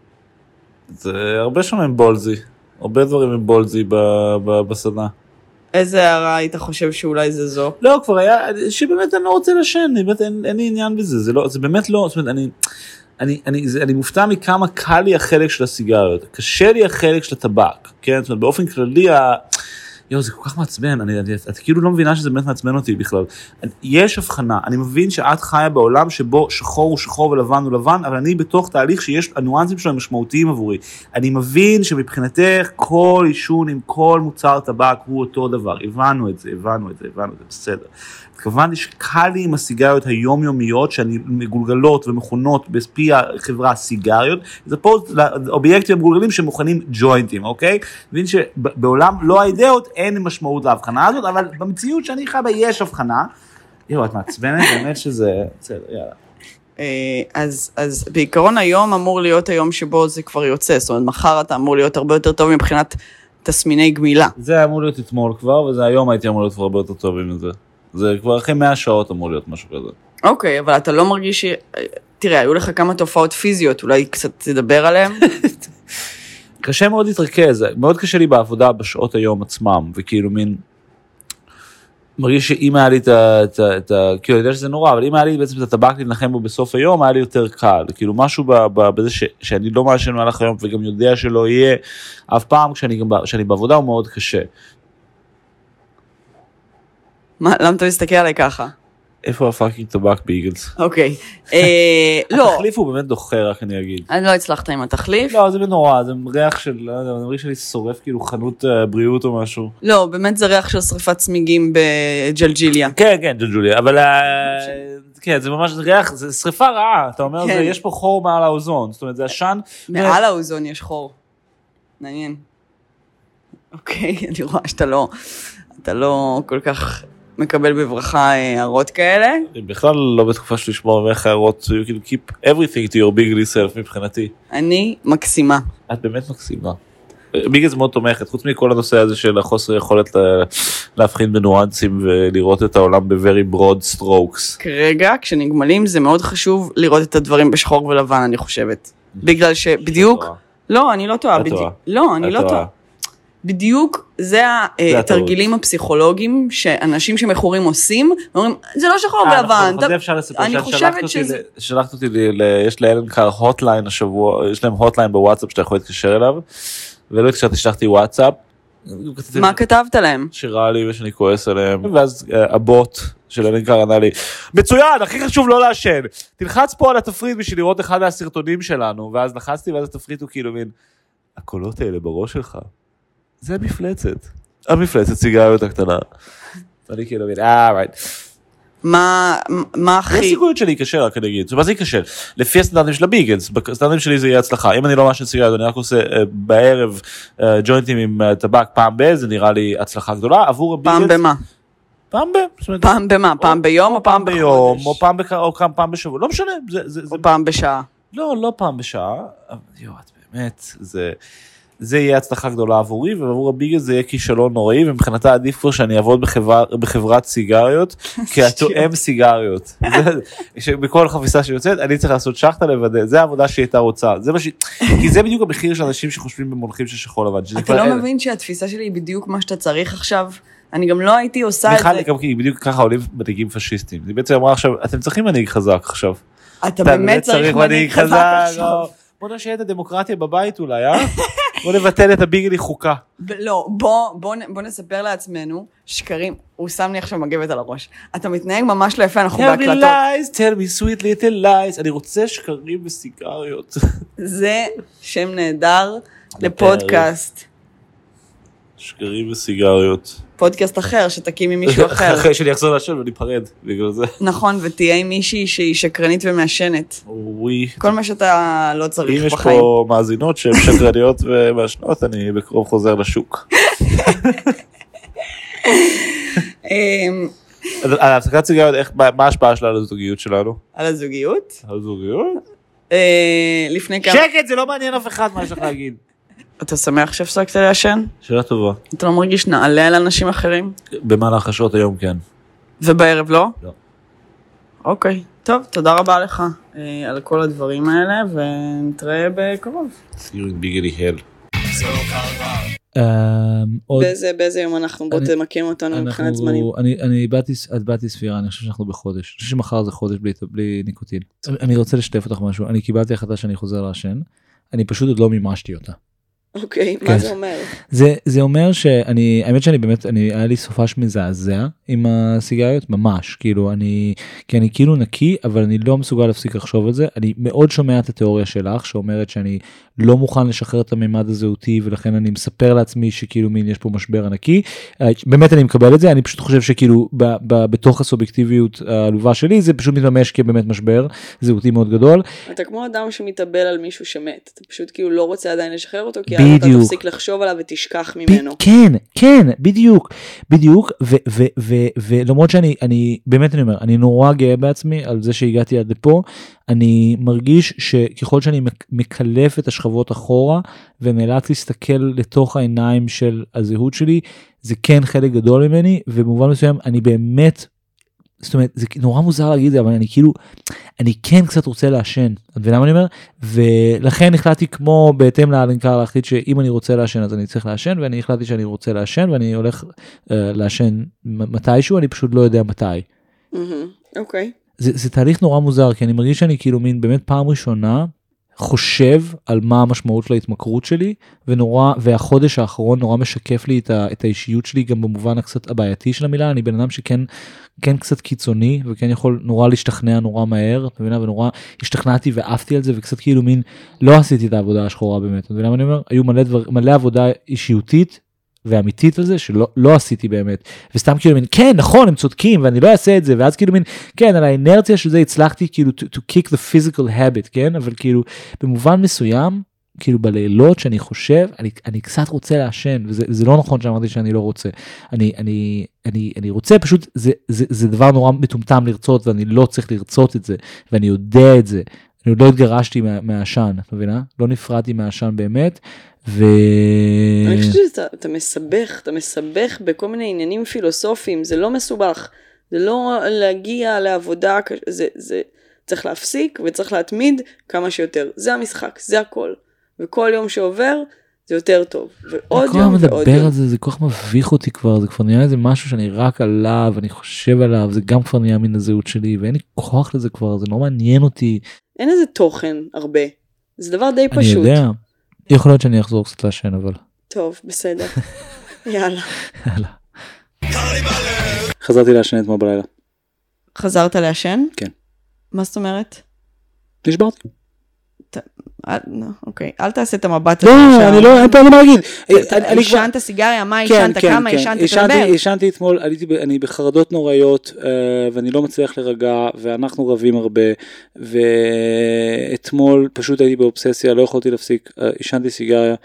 זה הרבה שונה עם בולדזי. הרבה דברים עם בולדזי בסדנה. איזה הערה היית חושב שאולי זה זו? לא, כבר היה, שבאמת אני לא רוצה לשן, באמת אין לי עניין בזה, זה באמת לא, זאת אומרת, אני מופתע מכמה קל לי החלק של הסיגריות, קשה לי החלק של הטבק, כן? זאת אומרת, באופן כללי, זה כל כך מעצבן, את כאילו לא מבינה שזה באמת מעצבן אותי בכלל. יש הבחנה, אני מבין שאת חיה בעולם שבו שחור הוא שחור ולבן הוא לבן, אבל אני בתוך תהליך שיש, הניואנסים שלהם משמעותיים עבורי. אני מבין שמבחינתך כל עישון עם כל מוצר טבק הוא אותו דבר. הבנו את זה, בסדר. התכוונתי שקל לי עם הסיגריות היומיומיות שאני מגולגלות ומכונות בפי החברה סיגריות, זה פה אובייקטים מגולגלים שמוכנים ג'וינטים, אוקיי? מבין שבעולם לא האידאות אין משמעות להבחנה הזאת, אבל במציאות שאני חי בה יש הבחנה. את מעצבנת, באמת שזה... בסדר, יאללה. אז בעיקרון היום אמור להיות היום שבו זה כבר יוצא, זאת אומרת מחר אתה אמור להיות הרבה יותר טוב מבחינת תסמיני גמילה. זה אמור להיות אתמול כבר, וזה היום הייתי אמור להיות כבר הרבה יותר טוב עם זה. זה כבר אחרי 100 שעות אמור להיות משהו כזה. אוקיי, אבל אתה לא מרגיש תראה, היו לך כמה תופעות פיזיות, אולי קצת תדבר עליהן? קשה מאוד להתרכז, מאוד קשה לי בעבודה בשעות היום עצמם, וכאילו מין, מרגיש שאם היה לי כאילו, אני יודע שזה נורא, אבל אם היה לי בעצם את הטבק להתנחם בו בסוף היום, היה לי יותר קל, כאילו משהו בזה שאני לא מעשן מהלך היום, וגם יודע שלא יהיה, אף פעם כשאני בעבודה הוא מאוד קשה. מה, למה אתה מסתכל עליי ככה? איפה הפאקינג טבק באיגלס? אוקיי. לא. התחליף הוא באמת דוחה, רק אני אגיד. אני לא הצלחת עם התחליף. לא, זה נורא, זה ריח של, לא יודע, זה ריח שלי שורף כאילו חנות בריאות או משהו. לא, באמת זה ריח של שריפת צמיגים בג'לג'יליה. כן, ג'לג'יליה, אבל כן, זה ממש ריח, זה שריפה רעה, אתה אומר, יש פה חור מעל האוזון, זאת אומרת, זה עשן. מעל האוזון יש חור. מעניין. אוקיי, אני רואה שאתה לא כל כך מקבל בברכה הערות כאלה. בכלל לא בתקופה של לשמור ממך הערות, you can keep everything to your bigly self מבחינתי. אני מקסימה. את באמת מקסימה. ביגל זה מאוד תומכת, חוץ מכל הנושא הזה של החוסר יכולת להבחין בניואנסים ולראות את העולם ב-very broad strokes. כרגע, כשנגמלים זה מאוד חשוב לראות את הדברים בשחור ולבן, אני חושבת. בגלל שבדיוק... לא, אני לא טועה. לא, אני לא טועה. בדיוק זה התרגילים הפסיכולוגיים שאנשים שמכורים עושים, ואומרים, זה לא שחור ולבן. זה אפשר לספר, אני חושבת שזה... שלחת אותי, יש לאלן קאר הוטליין השבוע, יש להם הוטליין בוואטסאפ שאתה יכול להתקשר אליו, ולא התקשרתי, שלחתי וואטסאפ. מה כתבת להם? שראה לי ושאני כועס עליהם, ואז הבוט של אלן קאר ענה לי, מצוין, הכי חשוב לא לעשן, תלחץ פה על התפריט בשביל לראות אחד מהסרטונים שלנו, ואז לחצתי, ואז התפריט הוא כאילו מין, הקולות האלה בראש שלך. זה המפלצת סיגריות הקטנה. אני כאילו מבין, right. מה הכי... יש סיכויות שלי יקשר, רק אני אגיד. מה זה יקשר? לפי הסטנדרטים של הביגלס, בסטנדרטים שלי זה יהיה הצלחה. אם אני לא משהו סיגריות, אני רק עושה בערב ג'וינטים עם טבק פעם ב, זה נראה לי הצלחה גדולה. עבור הביגלס... פעם במה? פעם במה? פעם ביום או פעם בחודש? או פעם בשבוע, לא משנה. או פעם בשעה? לא פעם בשעה. באמת, זה יהיה הצלחה גדולה עבורי, ועבור הביגל זה יהיה כישלון נוראי, ומבחינתה עדיף כבר שאני אעבוד בחברת סיגריות, כי התואם סיגריות. בכל חפיסה שיוצאת, אני צריך לעשות שחטה לוודא, זה העבודה שהיא הייתה רוצה. כי זה בדיוק המחיר של אנשים שחושבים במונחים של שחור לבן. אתה לא מבין שהתפיסה שלי היא בדיוק מה שאתה צריך עכשיו? אני גם לא הייתי עושה את זה. גם כי בדיוק ככה עולים מנהיגים פשיסטים. היא בעצם אמרה עכשיו, אתם צריכים מנהיג חזק עכשיו. אתה באמת צריך מנהיג חזק עכשיו. בוא נשאר את הדמוקרטיה בבית אולי, בוא נבטל את הביגלי חוקה. לא, בוא נספר לעצמנו שקרים, הוא שם לי עכשיו מגבת על הראש. אתה מתנהג ממש לא יפה, אנחנו בהקלטות. Tell me lies, tell me sweet little lies, אני רוצה שקרים וסיגריות. זה שם נהדר לפודקאסט. שקרים וסיגריות. פודקאסט אחר, שתקים עם מישהו אחר. אחרי שאני אחזור לשם וניפרד, בגלל זה. נכון, ותהיה עם מישהי שהיא שקרנית ומעשנת. כל מה שאתה לא צריך בחיים. אם יש פה מאזינות שהן שקרניות ומעשנות, אני בקרוב חוזר לשוק. על הפסקת סיגריות, מה ההשפעה שלה על הזוגיות שלנו? על הזוגיות? על הזוגיות? לפני כמה... שקט, זה לא מעניין אף אחד מה יש לך להגיד. אתה שמח שהפסקת לעשן? שאלה טובה. אתה לא מרגיש נעלה על אנשים אחרים? במהלך השעות היום כן. ובערב לא? לא. אוקיי, טוב, תודה רבה לך על כל הדברים האלה, ונתראה בקרוב. See you in Biggity Hell. באיזה יום אנחנו? בוא תמקם אותנו מבחינת זמנים. את באתי ספירה, אני חושב שאנחנו בחודש. אני חושב שמחר זה חודש בלי ניקוטין. אני רוצה לשתף אותך משהו, אני קיבלתי החלטה שאני חוזר לעשן, אני פשוט עוד לא מימשתי אותה. אוקיי, מה זה אומר? זה אומר האמת שאני באמת, היה לי סופש מזעזע עם הסיגריות, ממש, כאילו, כי אני כאילו נקי, אבל אני לא מסוגל להפסיק לחשוב על זה, אני מאוד שומע את התיאוריה שלך, שאומרת שאני לא מוכן לשחרר את הממד הזהותי, ולכן אני מספר לעצמי שכאילו מין יש פה משבר ענקי, באמת אני מקבל את זה, אני פשוט חושב שכאילו, בתוך הסובייקטיביות העלובה שלי, זה פשוט מתממש כבאמת משבר זהותי מאוד גדול. אתה כמו אדם שמתאבל על מישהו שמת, אתה פשוט כאילו לא רוצה עדיין לשחרר אותו, כי אתה תפסיק לחשוב עליו ותשכח ממנו. כן, בדיוק, ולמרות שאני, באמת אני אומר, אני נורא גאה בעצמי על זה שהגעתי עד לפה, אני מרגיש שככל שאני מקלף את השכבות אחורה, ונאלץ להסתכל לתוך העיניים של הזהות שלי, זה כן חלק גדול ממני, ובמובן מסוים אני באמת, זאת אומרת, זה נורא מוזר להגיד זה, אבל אני כן קצת רוצה לעשן, את מבינה מה אני אומר? ולכן החלטתי כמו בהתאם לאלנקר להחליט שאם אני רוצה לעשן אז אני צריך לעשן, ואני החלטתי שאני רוצה לעשן, ואני הולך לעשן מתישהו, אני פשוט לא יודע מתי. אוקיי. זה תהליך נורא מוזר, כי אני מרגיש שאני כאילו מין באמת פעם ראשונה, חושב על מה המשמעות להתמכרות שלי, והחודש האחרון נורא משקף לי את האישיות שלי, גם במובן הקצת הבעייתי של המילה, אני בן אדם שכן קצת קיצוני, וכן יכול נורא להשתכנע נורא מהר, ונורא השתכנעתי ואהבתי על זה, וקצת כאילו מין, לא עשיתי את העבודה השחורה באמת, אתה מבין מה אני אומר? היו מלא עבודה אישיותית, ואמיתית על זה, שלא עשיתי באמת, וסתם כאילו מין, כן, נכון, הם צודקים, ואני לא אעשה את זה, ואז כאילו מין, כן, על האנרציה של זה הצלחתי כאילו to kick the physical habit, כן, אבל כאילו, במובן מסוים, כאילו בלילות שאני חושב, אני קצת רוצה לעשן, וזה לא נכון שאמרתי שאני לא רוצה, אני רוצה, פשוט, זה דבר נורא מטומטם לרצות, ואני לא צריך לרצות את זה, ואני יודע את זה, אני עוד לא התגרשתי מהעשן, אתה מבינה? לא נפרדתי מהעשן באמת, אני חושבת שאתה מסבך בכל מיני עניינים פילוסופיים, זה לא מסובך, זה לא להגיע לעבודה, זה צריך להפסיק וצריך להתמיד כמה שיותר, זה המשחק, זה הכל, וכל יום שעובר זה יותר טוב, ועוד יום ועוד יום. מדבר על זה, זה כל כך מביך אותי כבר, זה כבר נהיה איזה משהו שאני רק עליו, אני חושב עליו, זה גם כבר נהיה מן הזהות שלי, ואין לי כוח לזה כבר, זה לא מעניין אותי. אין איזה תוכן הרבה, זה דבר די פשוט. אני יודע. יכול להיות שאני אחזור קצת לעשן, אבל... טוב, בסדר. יאללה. חזרתי לעשן אתמול בלילה. חזרת לעשן? כן. מה זאת אומרת? נשברתי. אוקיי, אל תעשה את המבט הזה. לא, אני לא, אין פה מה להגיד. עישנת סיגריה, מה עישנת, כמה עישנת, תדבר. עישנתי אתמול, אני בחרדות נוראיות, ואני לא מצליח לרגע, ואנחנו רבים הרבה, ואתמול פשוט הייתי באובססיה, לא יכולתי להפסיק, עישנתי סיגריה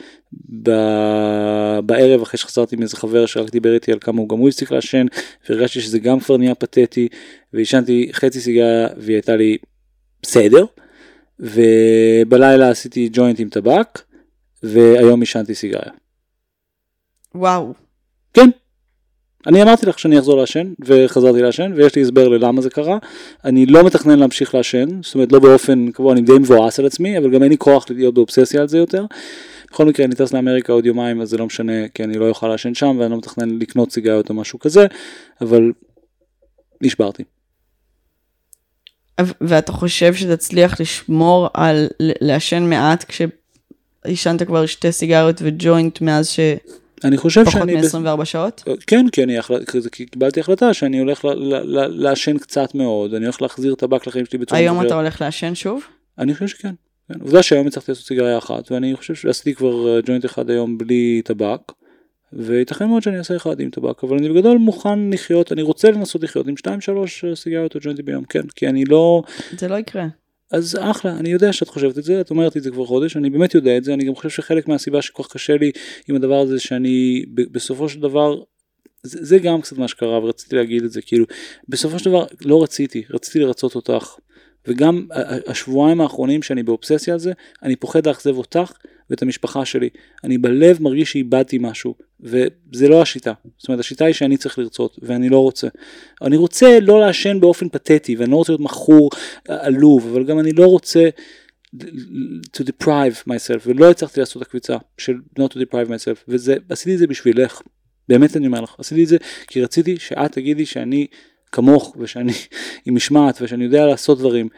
בערב, אחרי שחזרתי מאיזה חבר שרק דיבר איתי על כמה הוא גם הוא הפסיק לעשן, והרגשתי שזה גם כבר נהיה פתטי, ועישנתי חצי סיגריה, והיא הייתה לי בסדר, ובלילה עשיתי ג'וינט עם טבק, והיום עישנתי סיגריה. וואו. כן. אני אמרתי לך שאני אחזור לעשן, וחזרתי לעשן, ויש לי הסבר ללמה זה קרה. אני לא מתכנן להמשיך לעשן, זאת אומרת לא באופן קבוע, אני די מבואס על עצמי, אבל גם אין לי כוח להיות באובססיה על זה יותר. בכל מקרה אני טס לאמריקה עוד יומיים, אז זה לא משנה, כי אני לא אוכל לעשן שם, ואני לא מתכנן לקנות סיגריות או משהו כזה, אבל נשברתי. ואתה חושב שתצליח לשמור על לעשן מעט כשעישנת כבר 2 סיגריות וג'וינט מאז שפחות מ-24 שעות? כן, כי קיבלתי החלטה שאני הולך לעשן קצת מאוד, אני הולך להחזיר טבק לחיים שלי בצורה היום אתה הולך לעשן שוב? אני חושב שכן. עובדה שהיום הצלחתי לעשות סיגריה אחת, ואני חושב שעשיתי כבר ג'וינט אחד היום בלי טבק, ויתכן מאוד שאני אעשה אחד עם טבק, אבל אני בגדול מוכן לחיות, אני רוצה לנסות לחיות עם 2-3 סיגריות או ג'וינטים ביום, כן, כי אני לא... זה לא יקרה. אז אחלה, אני יודע שאת חושבת את זה, את אומרת את זה כבר חודש, אני באמת יודע את זה, אני גם חושב שחלק מהסיבה שכל כך קשה לי עם הדבר הזה, שאני בסופו של דבר, זה גם קצת מה שקרה, ורציתי להגיד את זה, כאילו, בסופו של דבר לא רציתי לרצות אותך, וגם השבועיים האחרונים שאני באובססיה על זה, אני פוחד לאכזב אותך ואת המשפחה שלי. אני בלב מרגיש שאיבדתי משהו, וזה לא השיטה. זאת אומרת, השיטה היא שאני צריך לרצות, ואני לא רוצה. אני רוצה לא לעשן באופן פתטי, ואני לא רוצה להיות מחור עלוב, אבל גם אני לא רוצה to deprive myself, ולא הצלחתי לעשות את הקביצה של not to deprive myself, ועשיתי את זה בשבילך, באמת אני אומר לך, עשיתי את זה כי רציתי שאת תגידי שאני כמוך, ושאני עם משמעת, ושאני יודע לעשות דברים,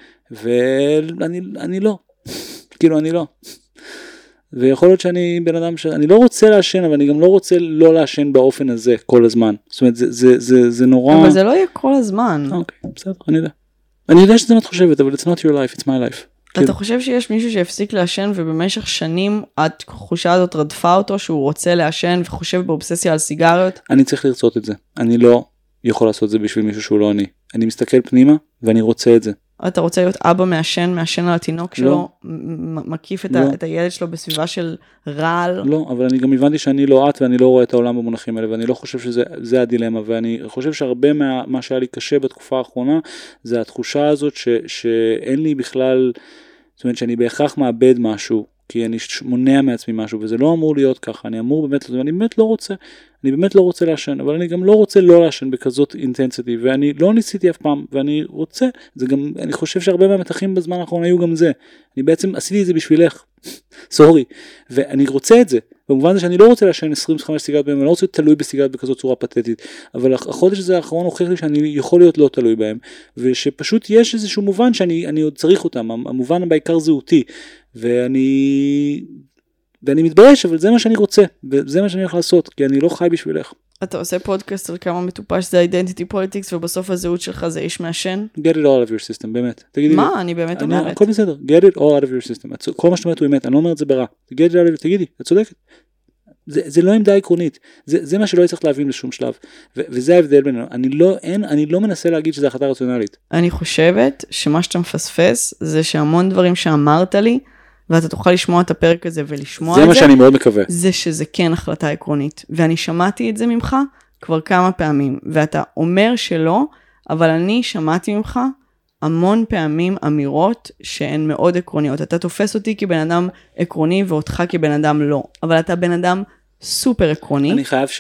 ואני לא, כאילו אני לא. ויכול להיות שאני בן אדם שאני לא רוצה לעשן, אבל אני גם לא רוצה לא לעשן באופן הזה כל הזמן. זאת אומרת, זה נורא... אבל זה לא יהיה כל הזמן. אוקיי, בסדר, אני יודע. אני יודע שזה מה את חושבת, אבל it's not your life, it's my life. אתה חושב שיש מישהו שהפסיק לעשן, ובמשך שנים התחושה הזאת רדפה אותו, שהוא רוצה לעשן וחושב באובססיה על סיגריות? אני צריך לרצות את זה. אני לא יכול לעשות את זה בשביל מישהו שהוא לא אני. אני מסתכל פנימה, ואני רוצה את זה. אתה רוצה להיות אבא מעשן על התינוק שלו, מקיף את הילד שלו בסביבה של רעל? לא, אבל אני גם הבנתי שאני לא את, ואני לא רואה את העולם במונחים האלה, ואני לא חושב שזה הדילמה, ואני חושב שהרבה מה שהיה לי קשה בתקופה האחרונה, זה התחושה הזאת שאין לי בכלל, זאת אומרת שאני בהכרח מאבד משהו, כי אני מונע מעצמי משהו, וזה לא אמור להיות ככה, אני באמת לא רוצה לעשן, אבל אני גם לא רוצה לא לעשן בכזאת אינטנסיטי, ואני לא ניסיתי אף פעם, ואני רוצה, זה גם, אני חושב שהרבה מהמתחים בזמן האחרון היו גם זה, אני בעצם עשיתי את זה בשבילך, סורי, ואני רוצה את זה, במובן זה שאני לא רוצה לעשן 25 סיגריות בהם, אני לא רוצה להיות תלוי בסיגריות בכזאת צורה פתטית, אבל החודש הזה האחרון הוכיח לי שאני יכול להיות לא תלוי בהם, ושפשוט יש איזשהו מובן שאני עוד צריך אותם, המובן בעיקר זהותי, ואני מתבייש, אבל זה מה שאני רוצה, וזה מה שאני הולך לעשות, כי אני לא חי בשבילך. אתה עושה פודקאסט על כמה מטופש זה identity politics, ובסוף הזהות שלך זה איש מעשן? Get it all out of your system, באמת. מה? אני באמת אומרת. הכל בסדר, get it all out of your system. כל מה שאת אומרת הוא אמת, אני לא אומר את זה ברע. get it out of your, תגידי, את צודקת. זה לא עמדה עקרונית, זה מה שלא יצטרך להבין לשום שלב, וזה ההבדל בינינו. אני לא מנסה להגיד שזה החלטה רציונלית. אני חושבת שמה שאתה מפספס, זה שהמון דברים שאמרת לי, ואתה תוכל לשמוע את הפרק הזה ולשמוע את זה. זה מה שאני מאוד מקווה. זה שזה כן החלטה עקרונית. ואני שמעתי את זה ממך כבר כמה פעמים, ואתה אומר שלא, אבל אני שמעתי ממך המון פעמים אמירות שהן מאוד עקרוניות. אתה תופס אותי כבן אדם עקרוני, ואותך כבן אדם לא. אבל אתה בן אדם סופר עקרוני.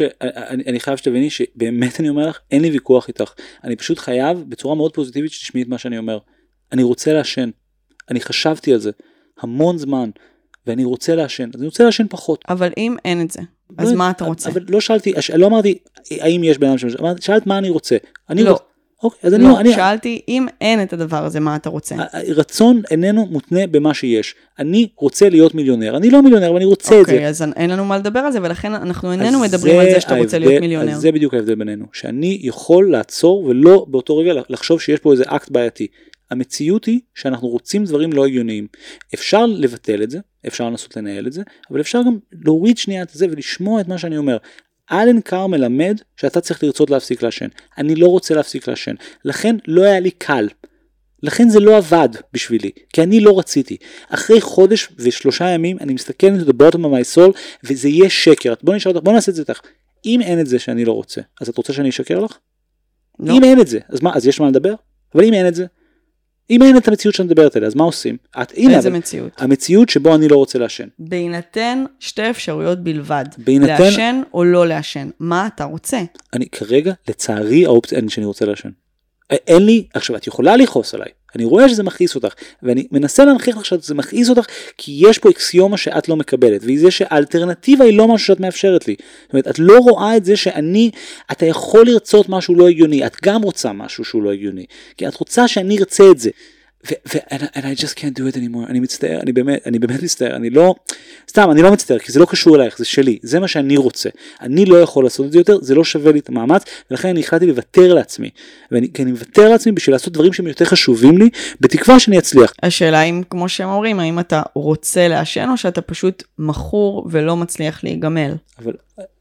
אני חייב שתביני שבאמת אני אומר לך, אין לי ויכוח איתך. אני פשוט חייב בצורה מאוד פוזיטיבית שתשמעי את מה שאני אומר. אני רוצה לעשן. אני חשבתי על זה. המון זמן, ואני רוצה לעשן, אז אני רוצה לעשן פחות. אבל אם אין את זה, אז מה אתה רוצה? אבל לא שאלתי, לא אמרתי, האם יש בן אדם שמשנה, שאלת מה אני רוצה. לא. אוקיי, אז לא, שאלתי, אם אין את הדבר הזה, מה אתה רוצה? רצון איננו מותנה במה שיש. אני רוצה להיות מיליונר, אני לא מיליונר, אבל אני רוצה את זה. אוקיי, אז אין לנו מה לדבר על זה, ולכן אנחנו איננו מדברים על זה שאתה רוצה להיות מיליונר. אז זה בדיוק ההבדל בינינו, שאני יכול לעצור, ולא באותו רגע לחשוב שיש פה איזה אקט בעייתי. המציאות היא שאנחנו רוצים דברים לא הגיוניים. אפשר לבטל את זה, אפשר לנסות לנהל את זה, אבל אפשר גם להוריד שנייה את זה ולשמוע את מה שאני אומר. אלן קאר מלמד שאתה צריך לרצות להפסיק לעשן. אני לא רוצה להפסיק לעשן. לכן לא היה לי קל. לכן זה לא עבד בשבילי, כי אני לא רציתי. אחרי חודש ו3 ימים אני מסתכל into the bottom of my soul, וזה יהיה שקר. בוא נשאר אותך, בוא נעשה את זה איתך. אם אין את זה שאני לא רוצה, אז את רוצה שאני אשקר לך? לא. אם אין את זה, אז מה, אז יש מה לדבר? אבל אם אין את זה, אם אין את המציאות שאני מדברת עליה, אז מה עושים? איזה מציאות? המציאות שבו אני לא רוצה לעשן. בהינתן 2 אפשרויות בלבד. לעשן או לא לעשן. מה אתה רוצה? אני כרגע, לצערי, האופציה אין שאני רוצה לעשן. אין לי, עכשיו את יכולה לכעוס עליי, אני רואה שזה מכעיס אותך, ואני מנסה להנחיך לך שזה מכעיס אותך, כי יש פה אקסיומה שאת לא מקבלת, והיא זה שהאלטרנטיבה היא לא משהו שאת מאפשרת לי. זאת אומרת, את לא רואה את זה אתה יכול לרצות משהו לא הגיוני, את גם רוצה משהו שהוא לא הגיוני, כי את רוצה שאני ארצה את זה. and I just can't do it anymore. אני מצטער, אני באמת מצטער, אני לא מצטער, כי זה לא קשור אלייך, זה שלי, זה מה שאני רוצה. אני לא יכול לעשות את זה יותר, זה לא שווה לי את המאמץ, ולכן אני החלטתי לוותר לעצמי. כי אני מוותר לעצמי בשביל לעשות דברים שהם יותר חשובים לי, בתקווה שאני אצליח. השאלה אם, כמו שהם אומרים, האם אתה רוצה לעשן, או שאתה פשוט מכור ולא מצליח להיגמל? אבל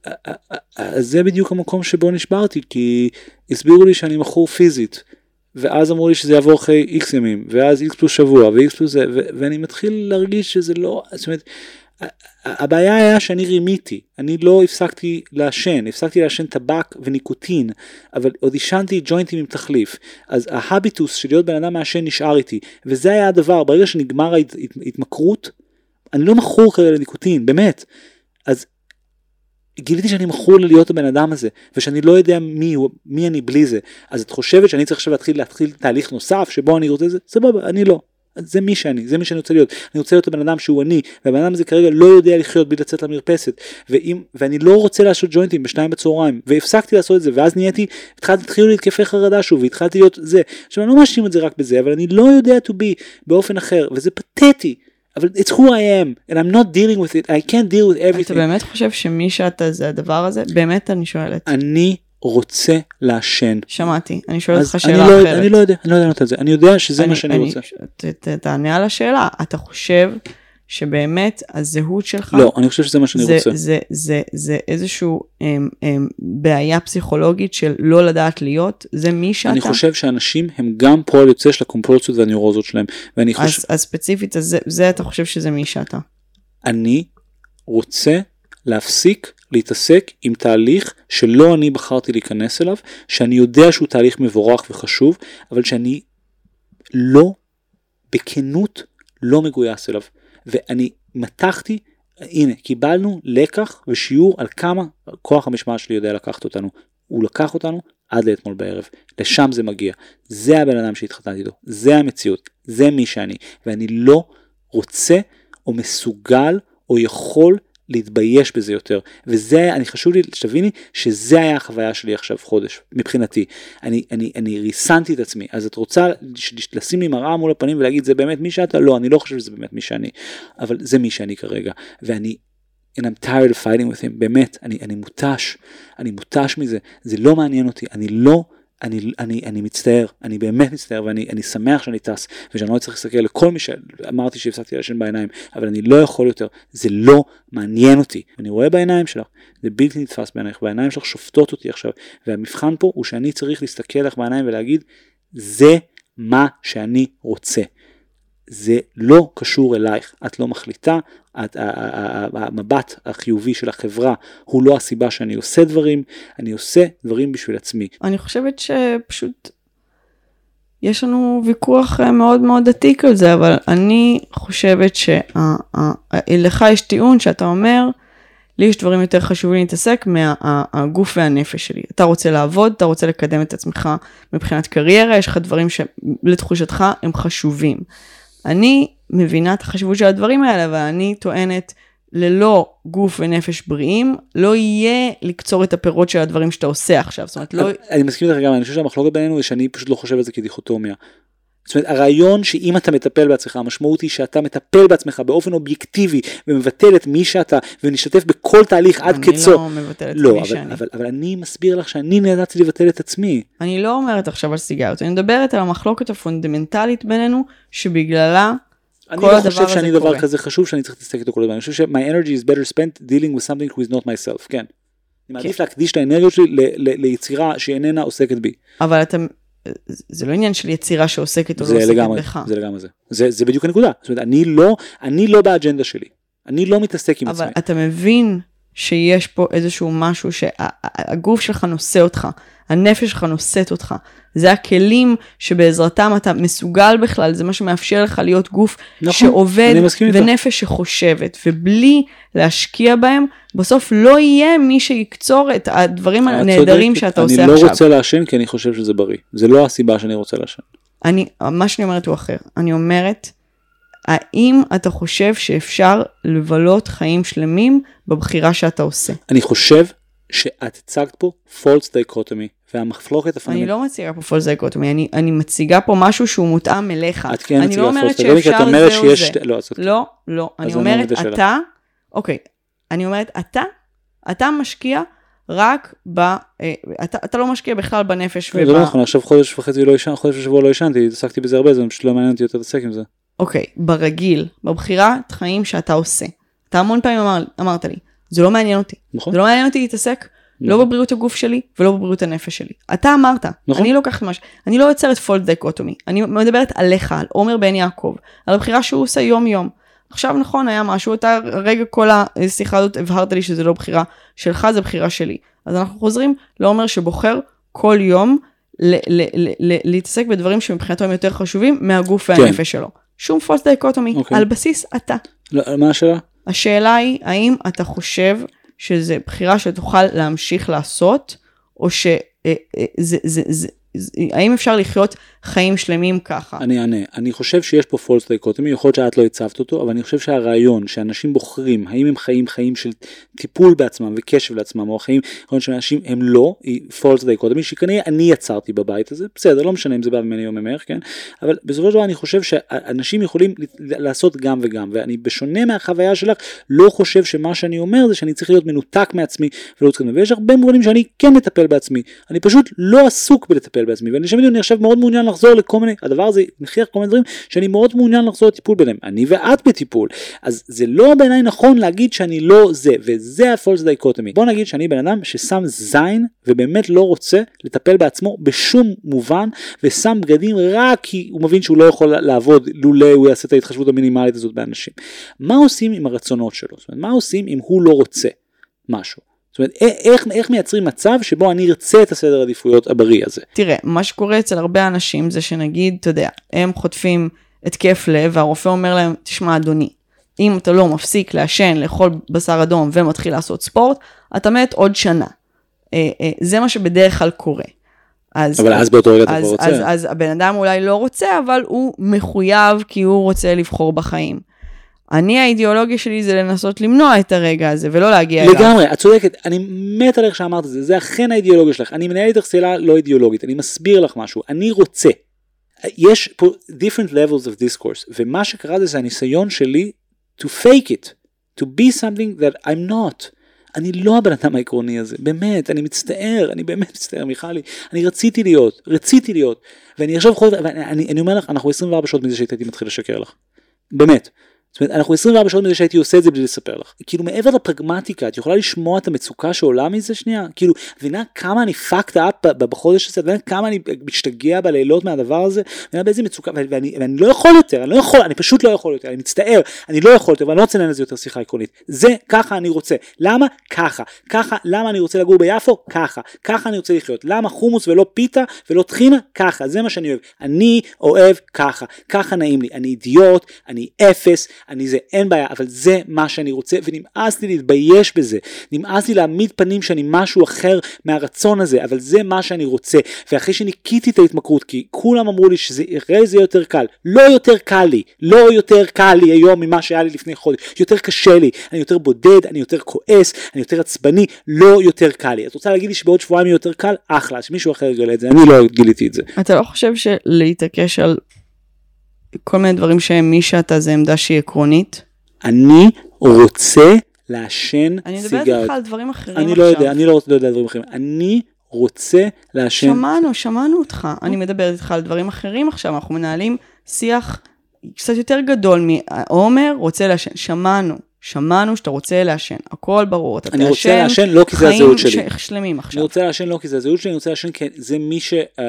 זה בדיוק המקום שבו נשברתי, כי הסבירו לי שאני מכור פיזית. ואז אמרו לי שזה יעבור אחרי X ימים, ואז X פלוס שבוע, ו-X פלוס זה, ואני מתחיל להרגיש שזה לא, זאת אומרת, הבעיה היה שאני רימיתי, אני לא הפסקתי לעשן טבק וניקוטין, אבל עוד עישנתי ג'וינטים עם תחליף, אז ההביטוס של להיות בן אדם מעשן נשאר איתי, וזה היה הדבר, ברגע שנגמר ההתמכרות, אני לא מכור כרגע לניקוטין, באמת, אז גיליתי שאני מכור להיות הבן אדם הזה, ושאני לא יודע מי אני בלי זה, אז את חושבת שאני צריך עכשיו להתחיל תהליך נוסף, שבו אני רוצה זה, סבבה, אני לא. זה מי שאני, זה מי שאני רוצה להיות. אני רוצה להיות הבן אדם שהוא אני, והבן אדם הזה כרגע לא יודע לחיות בלי לצאת למרפסת, ואני לא רוצה לעשות ג'וינטים ב2 בצהריים, והפסקתי לעשות את זה, ואז התחילו להתקפי חרדה שוב, והתחלתי להיות זה. עכשיו, אני לא מאשים את זה רק בזה, אבל אני לא יודע to be באופן אחר, וזה פתטי. אבל it's who I am, and I'm not dealing with it, I can't deal with everything. אתה באמת חושב שמי שאתה זה הדבר הזה? באמת אני שואלת. אני רוצה לעשן. שמעתי, אני שואלת אותך שאלה אחרת. אני לא יודע לענות על זה, אני יודע שזה מה שאני רוצה. תענה על השאלה, אתה חושב שבאמת הזהות שלך... לא, אני חושב שזה מה שאני רוצה. זה איזשהו בעיה פסיכולוגית של לא לדעת להיות, זה מי שאתה? אני חושב שאנשים הם גם פועל יוצא של הקומפולסיות והניורוזות שלהם, ואני חושב... אז ספציפית, זה אתה חושב שזה מי שאתה? אני רוצה להפסיק להתעסק עם תהליך שלא אני בחרתי להיכנס אליו, שאני יודע שהוא תהליך מבורך וחשוב, אבל שאני לא, בכנות, לא מגויס אליו. ואני מתחתי, הנה, קיבלנו לקח ושיעור על כמה כוח המשמעת שלי יודע לקחת אותנו. הוא לקח אותנו עד לאתמול בערב. לשם זה מגיע. זה הבן אדם שהתחתנתי איתו. זה המציאות. זה מי שאני. ואני לא רוצה או מסוגל או יכול להתבייש בזה יותר. וזה, אני חשוב לי, שתביני, שזה היה החוויה שלי עכשיו חודש, מבחינתי. אני ריסנתי את עצמי. אז את רוצה לשים לי מראה מול הפנים ולהגיד, זה באמת מי שאתה? לא, אני לא חושב שזה באמת מי שאני. אבל זה מי שאני כרגע. ואני, and I'm tired of fighting with him. באמת, אני מותש מזה. זה לא מעניין אותי. אני מצטער, אני באמת מצטער, ואני שמח שאני טס, ושאני לא צריך להסתכל לכל מי שאמרתי שהפסקתי לעשן בעיניים, אבל אני לא יכול יותר, זה לא מעניין אותי. אני רואה בעיניים שלך, זה בלתי נתפס בעינייך, והעיניים שלך שופטות אותי עכשיו, והמבחן פה הוא שאני צריך להסתכל לך בעיניים ולהגיד, זה מה שאני רוצה. זה לא קשור אלייך, את לא מחליטה, המבט החיובי של החברה הוא לא הסיבה שאני עושה דברים, אני עושה דברים בשביל עצמי. אני חושבת שפשוט יש לנו ויכוח מאוד מאוד עתיק על זה, אבל אני חושבת שלך יש טיעון שאתה אומר, לי יש דברים יותר חשובים להתעסק מהגוף והנפש שלי. אתה רוצה לעבוד, אתה רוצה לקדם את עצמך מבחינת קריירה, יש לך דברים שלתחושתך הם חשובים. אני מבינה את החשיבות של הדברים האלה, ואני טוענת ללא גוף ונפש בריאים, לא יהיה לקצור את הפירות של הדברים שאתה עושה עכשיו. זאת אומרת, לא... אני מסכים איתך גם, אני חושב שהמחלוקת בינינו זה שאני פשוט לא חושב על זה כדיכוטומיה. זאת אומרת, הרעיון שאם אתה מטפל בעצמך, המשמעות היא שאתה מטפל בעצמך באופן אובייקטיבי, ומבטל את מי שאתה, ונשתתף בכל תהליך עד קצו. אני לא מבטל את מי שאני. אבל אני מסביר לך שאני נדעתי לבטל את עצמי. אני לא אומרת עכשיו על סיגריות, אני מדברת על המחלוקת הפונדמנטלית בינינו, שבגללה אני לא חושב שאני דבר כזה חשוב שאני צריך להסתכל איתו כל הזמן. אני חושב ש-my energy is better spent dealing with something who is not myself. כן. אני מעדיף להקדיש את האנרגיות שלי ליצירה שאיננה עוסקת בי. אבל אתה... זה לא עניין של יצירה שעוסקת או לא עוסקת בך. זה לגמרי זה. זה בדיוק הנקודה. זאת אומרת, אני לא באג'נדה שלי. אני לא מתעסק עם עצמי. אבל אתה מבין שיש פה איזשהו משהו שהגוף שלך נושא אותך, הנפש שלך נושאת אותך. זה הכלים שבעזרתם אתה מסוגל בכלל, זה מה שמאפשר לך להיות גוף שעובד ונפש שחושבת, ובלי להשקיע בהם, בסוף לא יהיה מי שיקצור את הדברים הנהדרים שאתה עושה עכשיו. אני לא רוצה לעשן כי אני חושב שזה בריא. זה לא הסיבה שאני רוצה לעשן. מה שאני אומרת הוא אחר. אני אומרת, האם אתה חושב שאפשר לבלות חיים שלמים בבחירה שאתה עושה? אני חושב שאת הצגת פה false dichotomy. והמחלוקת אני לא מציגה פה false dichotomy, אני מציגה פה משהו שהוא מותאם אליך. את כן אני לא אומרת שאפשר זה או זה. לא, אני אומרת אתה, אוקיי, אני אומרת אתה משקיע רק אתה לא משקיע בכלל בנפש. זה לא נכון, עכשיו חודש וחצי לא ישן, חודש ושבוע לא ישנתי, התעסקתי בזה הרבה, זה פשוט לא מעניין אותי יותר להתעסק עם זה. אוקיי, ברגיל, בבחירת חיים שאתה עושה, אתה המון פעמים אמרת לי, זה לא מעניין אותי. זה לא מעניין אותי להתעסק, לא בבריאות הגוף שלי ולא בבריאות הנפש שלי. אתה אמרת, אני לוקחת משהו, אני לא יוצרת false dichotomy, אני מדברת עליך, על עומר בן יעקב, על הבחירה שהוא עושה יום יום. עכשיו נכון היה משהו, אתה רגע כל השיחה הזאת הבהרת לי שזה לא בחירה שלך, זה בחירה שלי. אז אנחנו חוזרים לעומר שבוחר כל יום להתעסק בדברים שמבחינתו הם יותר חשובים מהגוף והנפש שלו. שום false dichotomy, על בסיס אתה. מה השאלה? השאלה היא, האם אתה חושב שזה בחירה שתוכל להמשיך לעשות, או האם אפשר לחיות חיים שלמים ככה. אני אענה, אני חושב שיש פה false dichotomy, יכול להיות שאת לא הצבת אותו, אבל אני חושב שהרעיון שאנשים בוחרים, האם הם חיים של טיפול בעצמם וקשב לעצמם, או חיים, רעיון שאנשים הם לא, היא false dichotomy, שכנראה אני יצרתי בבית הזה, בסדר, לא משנה אם זה בא ממני או ממך, כן? אבל בסופו של דבר אני חושב שאנשים יכולים לעשות גם וגם, ואני בשונה מהחוויה שלך, לא חושב שמה שאני אומר זה שאני צריך להיות מנותק מעצמי ולא צריך, ויש הרבה מובנים שאני כן מטפל בעצמי, אני פשוט לא עסוק בלטפל בעצמי, ואני עכשיו מאוד מעוניין לחזור לכל מיני, הדבר הזה נכריח כל מיני דברים שאני מאוד מעוניין לחזור לטיפול ביניהם, אני ואת בטיפול, אז זה לא בעיניי נכון להגיד שאני לא זה, וזה ה-false dichotomy. בוא נגיד שאני בן אדם ששם זין ובאמת לא רוצה לטפל בעצמו בשום מובן, ושם בגדים רק כי הוא מבין שהוא לא יכול לעבוד לולא הוא יעשה את ההתחשבות המינימלית הזאת באנשים. מה עושים עם הרצונות שלו? זאת אומרת, מה עושים אם הוא לא רוצה משהו? זאת אומרת, איך מייצרים מצב שבו אני ארצה את הסדר העדיפויות הבריא הזה? תראה, מה שקורה אצל הרבה אנשים זה שנגיד, אתה יודע, הם חוטפים התקף לב, והרופא אומר להם, תשמע אדוני, אם אתה לא מפסיק לעשן, לאכול בשר אדום ומתחיל לעשות ספורט, אתה מת עוד שנה. זה מה שבדרך כלל קורה. אבל אז באותו רגע אתה כבר רוצה. אז הבן אדם אולי לא רוצה, אבל הוא מחויב כי הוא רוצה לבחור בחיים. האידיאולוגיה שלי זה לנסות למנוע את הרגע הזה, ולא להגיע אליו. לגמרי, את צודקת, אני מת עליך שאמרת את זה, זה אכן האידיאולוגיה שלך, אני מנהל איתך שאלה לא אידיאולוגית, אני מסביר לך משהו, אני רוצה. יש פה different levels of discourse, ומה שקרה זה הניסיון שלי to fake it, to be something that I'm not. אני לא הבן אדם העקרוני הזה, באמת, אני מצטער, אני באמת מצטער, מיכלי, אני רציתי להיות, ואני עכשיו אני אומר לך, אנחנו 24 שעות מזה שהייתי מתחיל לשקר לך, באמת. זאת אומרת, אנחנו 24 שעות מזה שהייתי עושה את זה בלי לספר לך. כאילו, מעבר לפרגמטיקה, את יכולה לשמוע את המצוקה שעולה מזה שנייה? כאילו, מבינה כמה אני fucked up בחודש הזה, מבינה כמה אני משתגע בלילות מהדבר הזה, מבינה באיזה מצוקה, ואני לא יכול יותר, אני פשוט לא יכול יותר, אני מצטער, אני לא יכול יותר, ואני לא רוצה לנהל לזה יותר שיחה עקרונית. זה, ככה אני רוצה. למה? ככה. למה אני רוצה לגור ביפו? ככה אני רוצה לחיות. למה חומוס ולא פיתה ולא טחינה? ככה. זה מה שאני אוהב. אני אוהב ככה נעים לי. אני אידיוט, אני אפס, אין בעיה, אבל זה מה שאני רוצה, ונמאס לי להתבייש בזה, נמאס לי להעמיד פנים שאני משהו אחר מהרצון הזה, אבל זה מה שאני רוצה, ואחרי שניקיתי את ההתמכרות, כי כולם אמרו לי שזה יותר קל, לא יותר קל לי היום ממה שהיה לי לפני חודש, יותר קשה לי, אני יותר בודד, אני יותר כועס, אני יותר עצבני, לא יותר קל לי. את רוצה להגיד לי שבעוד שבועיים יהיה יותר קל? אחלה, שמישהו אחר יגלה את זה, אני לא גיליתי את זה. אתה לא חושב שלהתעקש על כל מיני דברים שהם מי שאתה זה עמדה שהיא עקרונית? אני רוצה לעשן סיגריות. אני מדברת איתך על דברים אחרים עכשיו. אני לא יודע על דברים אחרים. אני רוצה לעשן. שמענו אותך. אני מדברת איתך על דברים אחרים עכשיו. אנחנו מנהלים שיח קצת יותר גדול מעומר רוצה לעשן. שמענו שאתה רוצה לעשן, הכל ברור, אני רוצה לעשן לא כי זה הזהות שלי. חיים שלמים עכשיו. אני רוצה לעשן לא כי זה הזהות שלי, אני רוצה לעשן כי זה מי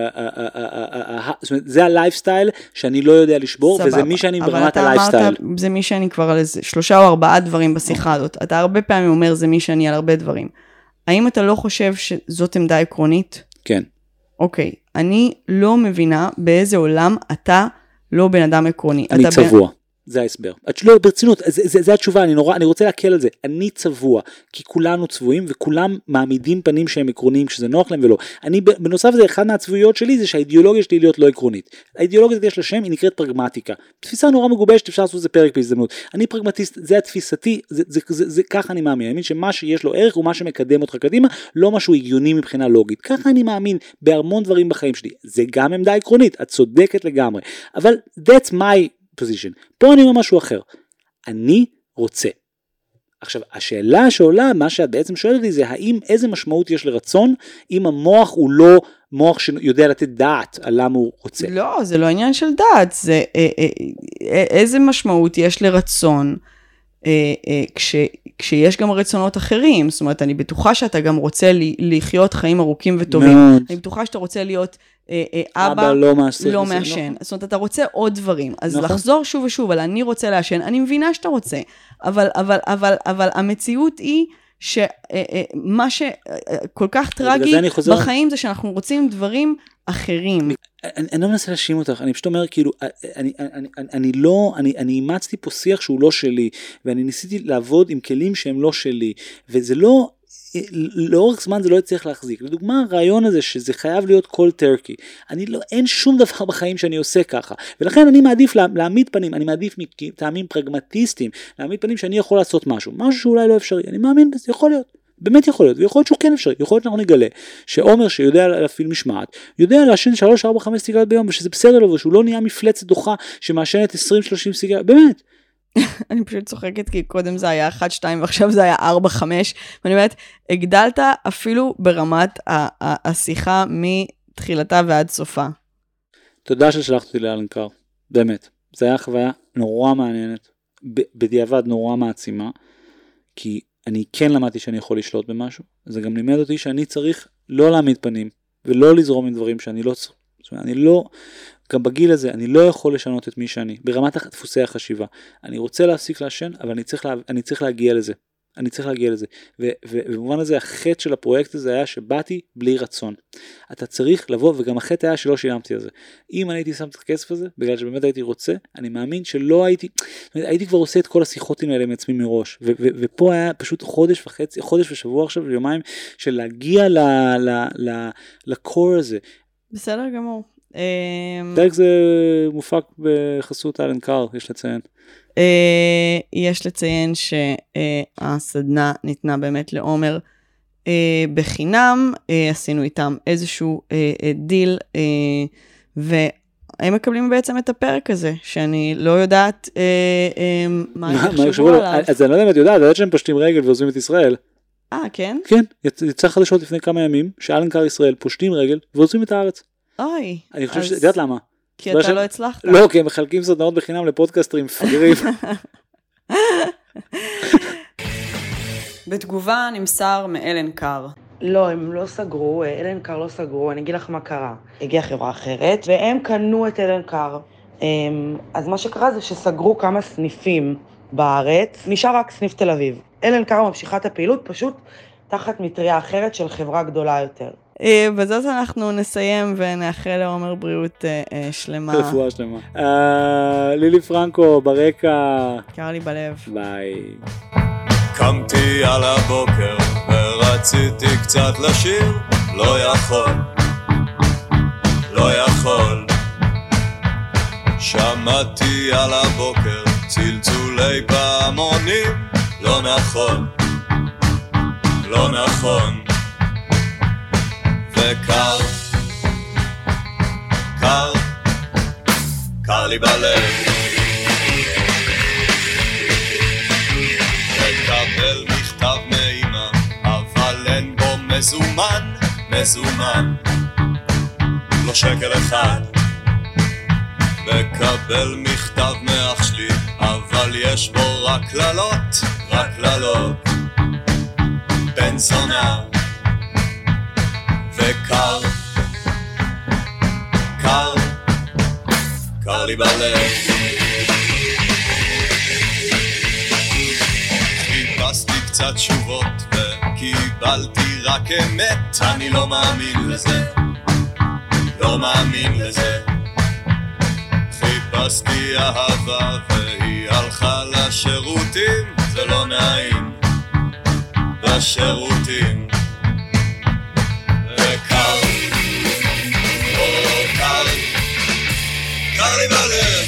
זאת אומרת, זה הלייפסטייל שאני לא יודע לשבור, וזה מי שאני ברמת הלייפסטייל. אבל אתה אמרת, זה מי שאני כבר על איזה 3 או 4 דברים בשיחה הזאת. אתה הרבה פעמים אומר, זה מי שאני על הרבה דברים. האם אתה לא חושב שזאת עמדה עקרונית? כן. אוקיי, אני לא מבינה באיזה עולם אתה לא בן אדם עקרוני. אני צבוע. זה ההסבר. לא, ברצינות, זה התשובה, אני רוצה להקל על זה. אני צבוע, כי כולנו צבועים, וכולם מעמידים פנים שהם עקרוניים, כשזה נוח להם ולא. בנוסף זה, אחד מהצבועיות שלי, זה שהאידיאולוגיה שלי להיות לא עקרונית. האידיאולוגיה יש לה שם, היא נקראת פרגמטיקה. תפיסה נורא מגובשת, אפשר לעשות את זה פרק בהזדמנות. אני פרגמטיסט, זה התפיסתי, זה ככה אני מאמין. אני מאמין שמה שיש לו ערך, הוא מה שמקדם אותך קדימה, לא משהו הגיוני מבחינה לוגית. ככה אני מאמין בהמון דברים בחיים שלי. זה גם עמדה עקרונית, את צודקת לגמרי. אבל that's my position. פה אני אומר משהו אחר. אני רוצה. עכשיו, השאלה שעולה, מה שאת בעצם שואלת לי זה, האם איזה משמעות יש לרצון, אם המוח הוא לא מוח שיודע לתת דעת על למה הוא רוצה? לא, זה לא עניין של דעת, זה איזה משמעות יש לרצון, כשיש גם רצונות אחרים, זאת אומרת, אני בטוחה שאתה גם רוצה לחיות חיים ארוכים וטובים, אני בטוחה שאתה רוצה להיות אבא לא מעשן, זאת אומרת, אתה רוצה עוד דברים, אז לחזור שוב ושוב, אבל אני רוצה לעשן, אני מבינה שאתה רוצה, אבל המציאות היא, שמה שכל כך טרגי בחיים זה שאנחנו רוצים דברים אחרים. אני לא מנסה להאשים אותך, אני פשוט אומר, כאילו, אני אימצתי פה שיח שהוא לא שלי, ואני ניסיתי לעבוד עם כלים שהם לא שלי, וזה לא לאורך זמן זה לא יצליח להחזיק. לדוגמה, הרעיון הזה שזה חייב להיות כל טרקי. אין שום דבר בחיים שאני עושה ככה. ולכן אני מעדיף להעמיד פנים, אני מעדיף מטעמים פרגמטיסטיים, להעמיד פנים שאני יכול לעשות משהו שאולי לא אפשרי. אני מאמין בזה, יכול להיות. באמת יכול להיות, ויכול להיות שהוא כן אפשרי, יכול להיות שאנחנו נגלה, שעומר שיודע להפעיל משמעת, יודע להשן 3, 4, 5 סיגריות ביום, ושזה בסדר לו, ושהוא לא נהיה מפלצת דוחה, שמעשנת 20-30 סיגריות, באמת. אני פשוט צוחקת, כי קודם זה היה 1-2, ועכשיו זה היה 4-5, ואני אומרת, הגדלת אפילו ברמת השיחה מתחילתה ועד סופה. תודה ששלחת אותי לאלן קאר, באמת. זה היה חוויה נורא מעניינת, בדיעבד נורא מעצימה, כי אני כן למדתי שאני יכול לשלוט במשהו, זה גם לימד אותי שאני צריך לא להעמיד פנים, ולא לזרום עם דברים שאני לא צריך, זאת אומרת, אני לא, גם בגיל הזה, אני לא יכול לשנות את מי שאני, ברמת דפוסי החשיבה, אני רוצה להפסיק לעשן, אבל אני צריך להגיע לזה, ובמובן הזה, החטא של הפרויקט הזה היה שבאתי בלי רצון, אתה צריך לבוא, וגם החטא היה שלא שילמתי על זה, אם אני הייתי שם את הכסף הזה, בגלל שבאמת הייתי רוצה, אני מאמין שלא הייתי כבר עושה את כל השיחות האלה מעצמי מראש, ופה היה פשוט חודש ושבוע עכשיו, יומיים, של להגיע לקור הזה. בסדר גמור. דרך זה מופק בחסות אלן קאר, יש לציין. יש לציין שהסדנה ניתנה באמת לעומר בחינם, עשינו איתם איזשהו דיל, והם מקבלים בעצם את הפרק הזה, שאני לא יודעת מה יחשבו עליו. אז אני לא יודע אם את יודעת שהם פושטים רגל ועוזבים את ישראל. כן? כן, יצא חדשות לפני כמה ימים, שאלן קאר ישראל פושטים רגל ועוזבים את הארץ. אוי. אני חושב שזה, יודעת למה? כי אתה לא הצלחת. לא, כי הם מחלקים סדנאות בחינם לפודקאסטרים מפגרים. בתגובה נמסר מאלן קאר. לא, הם לא סגרו, אלן קאר לא סגרו, אני אגיד לך מה קרה. הגיעה חברה אחרת, והם קנו את אלן קאר. אז מה שקרה זה שסגרו כמה סניפים בארץ, נשאר רק סניף תל אביב. אלן קאר ממשיכה את הפעילות פשוט תחת מטריה אחרת של חברה גדולה יותר. בזאת אנחנו נסיים ונאחל לעומר בריאות שלמה. רפואה שלמה. לילי פרנקו ברקע. קרה לי בלב. ביי. קמתי על הבוקר ורציתי קצת לשיר, לא יכול. שמעתי על הבוקר צלצולי פעמונים, לא נכון. וקר לי בלב, לקבל מכתב מאמא, אבל אין בו מזומן, לא שקל אחד. לקבל מכתב מאח שלי, אבל יש בו רק קללות, בן זונה. וקר לי בלב, חיפשתי קצת תשובות וקיבלתי רק אמת, אני לא מאמין לזה. חיפשתי אהבה והיא הלכה לשירותים, זה לא נעים בשירותים. קר לי בלב.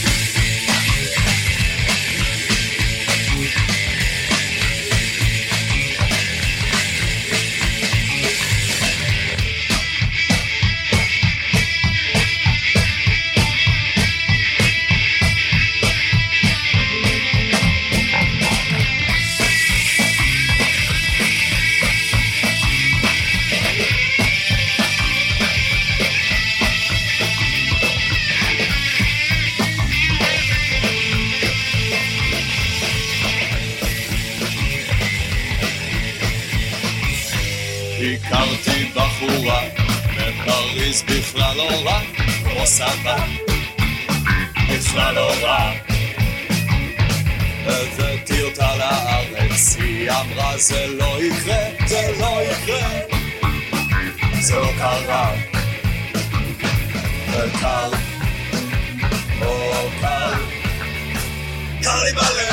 הכרתי בחורה בפריז, בכלל לא רע, כמו סבא, בכלל לא רע. הבאתי אותה לארץ, היא אמרה זה לא יקרה, זה לא קרה. וקר, קר לי בלב.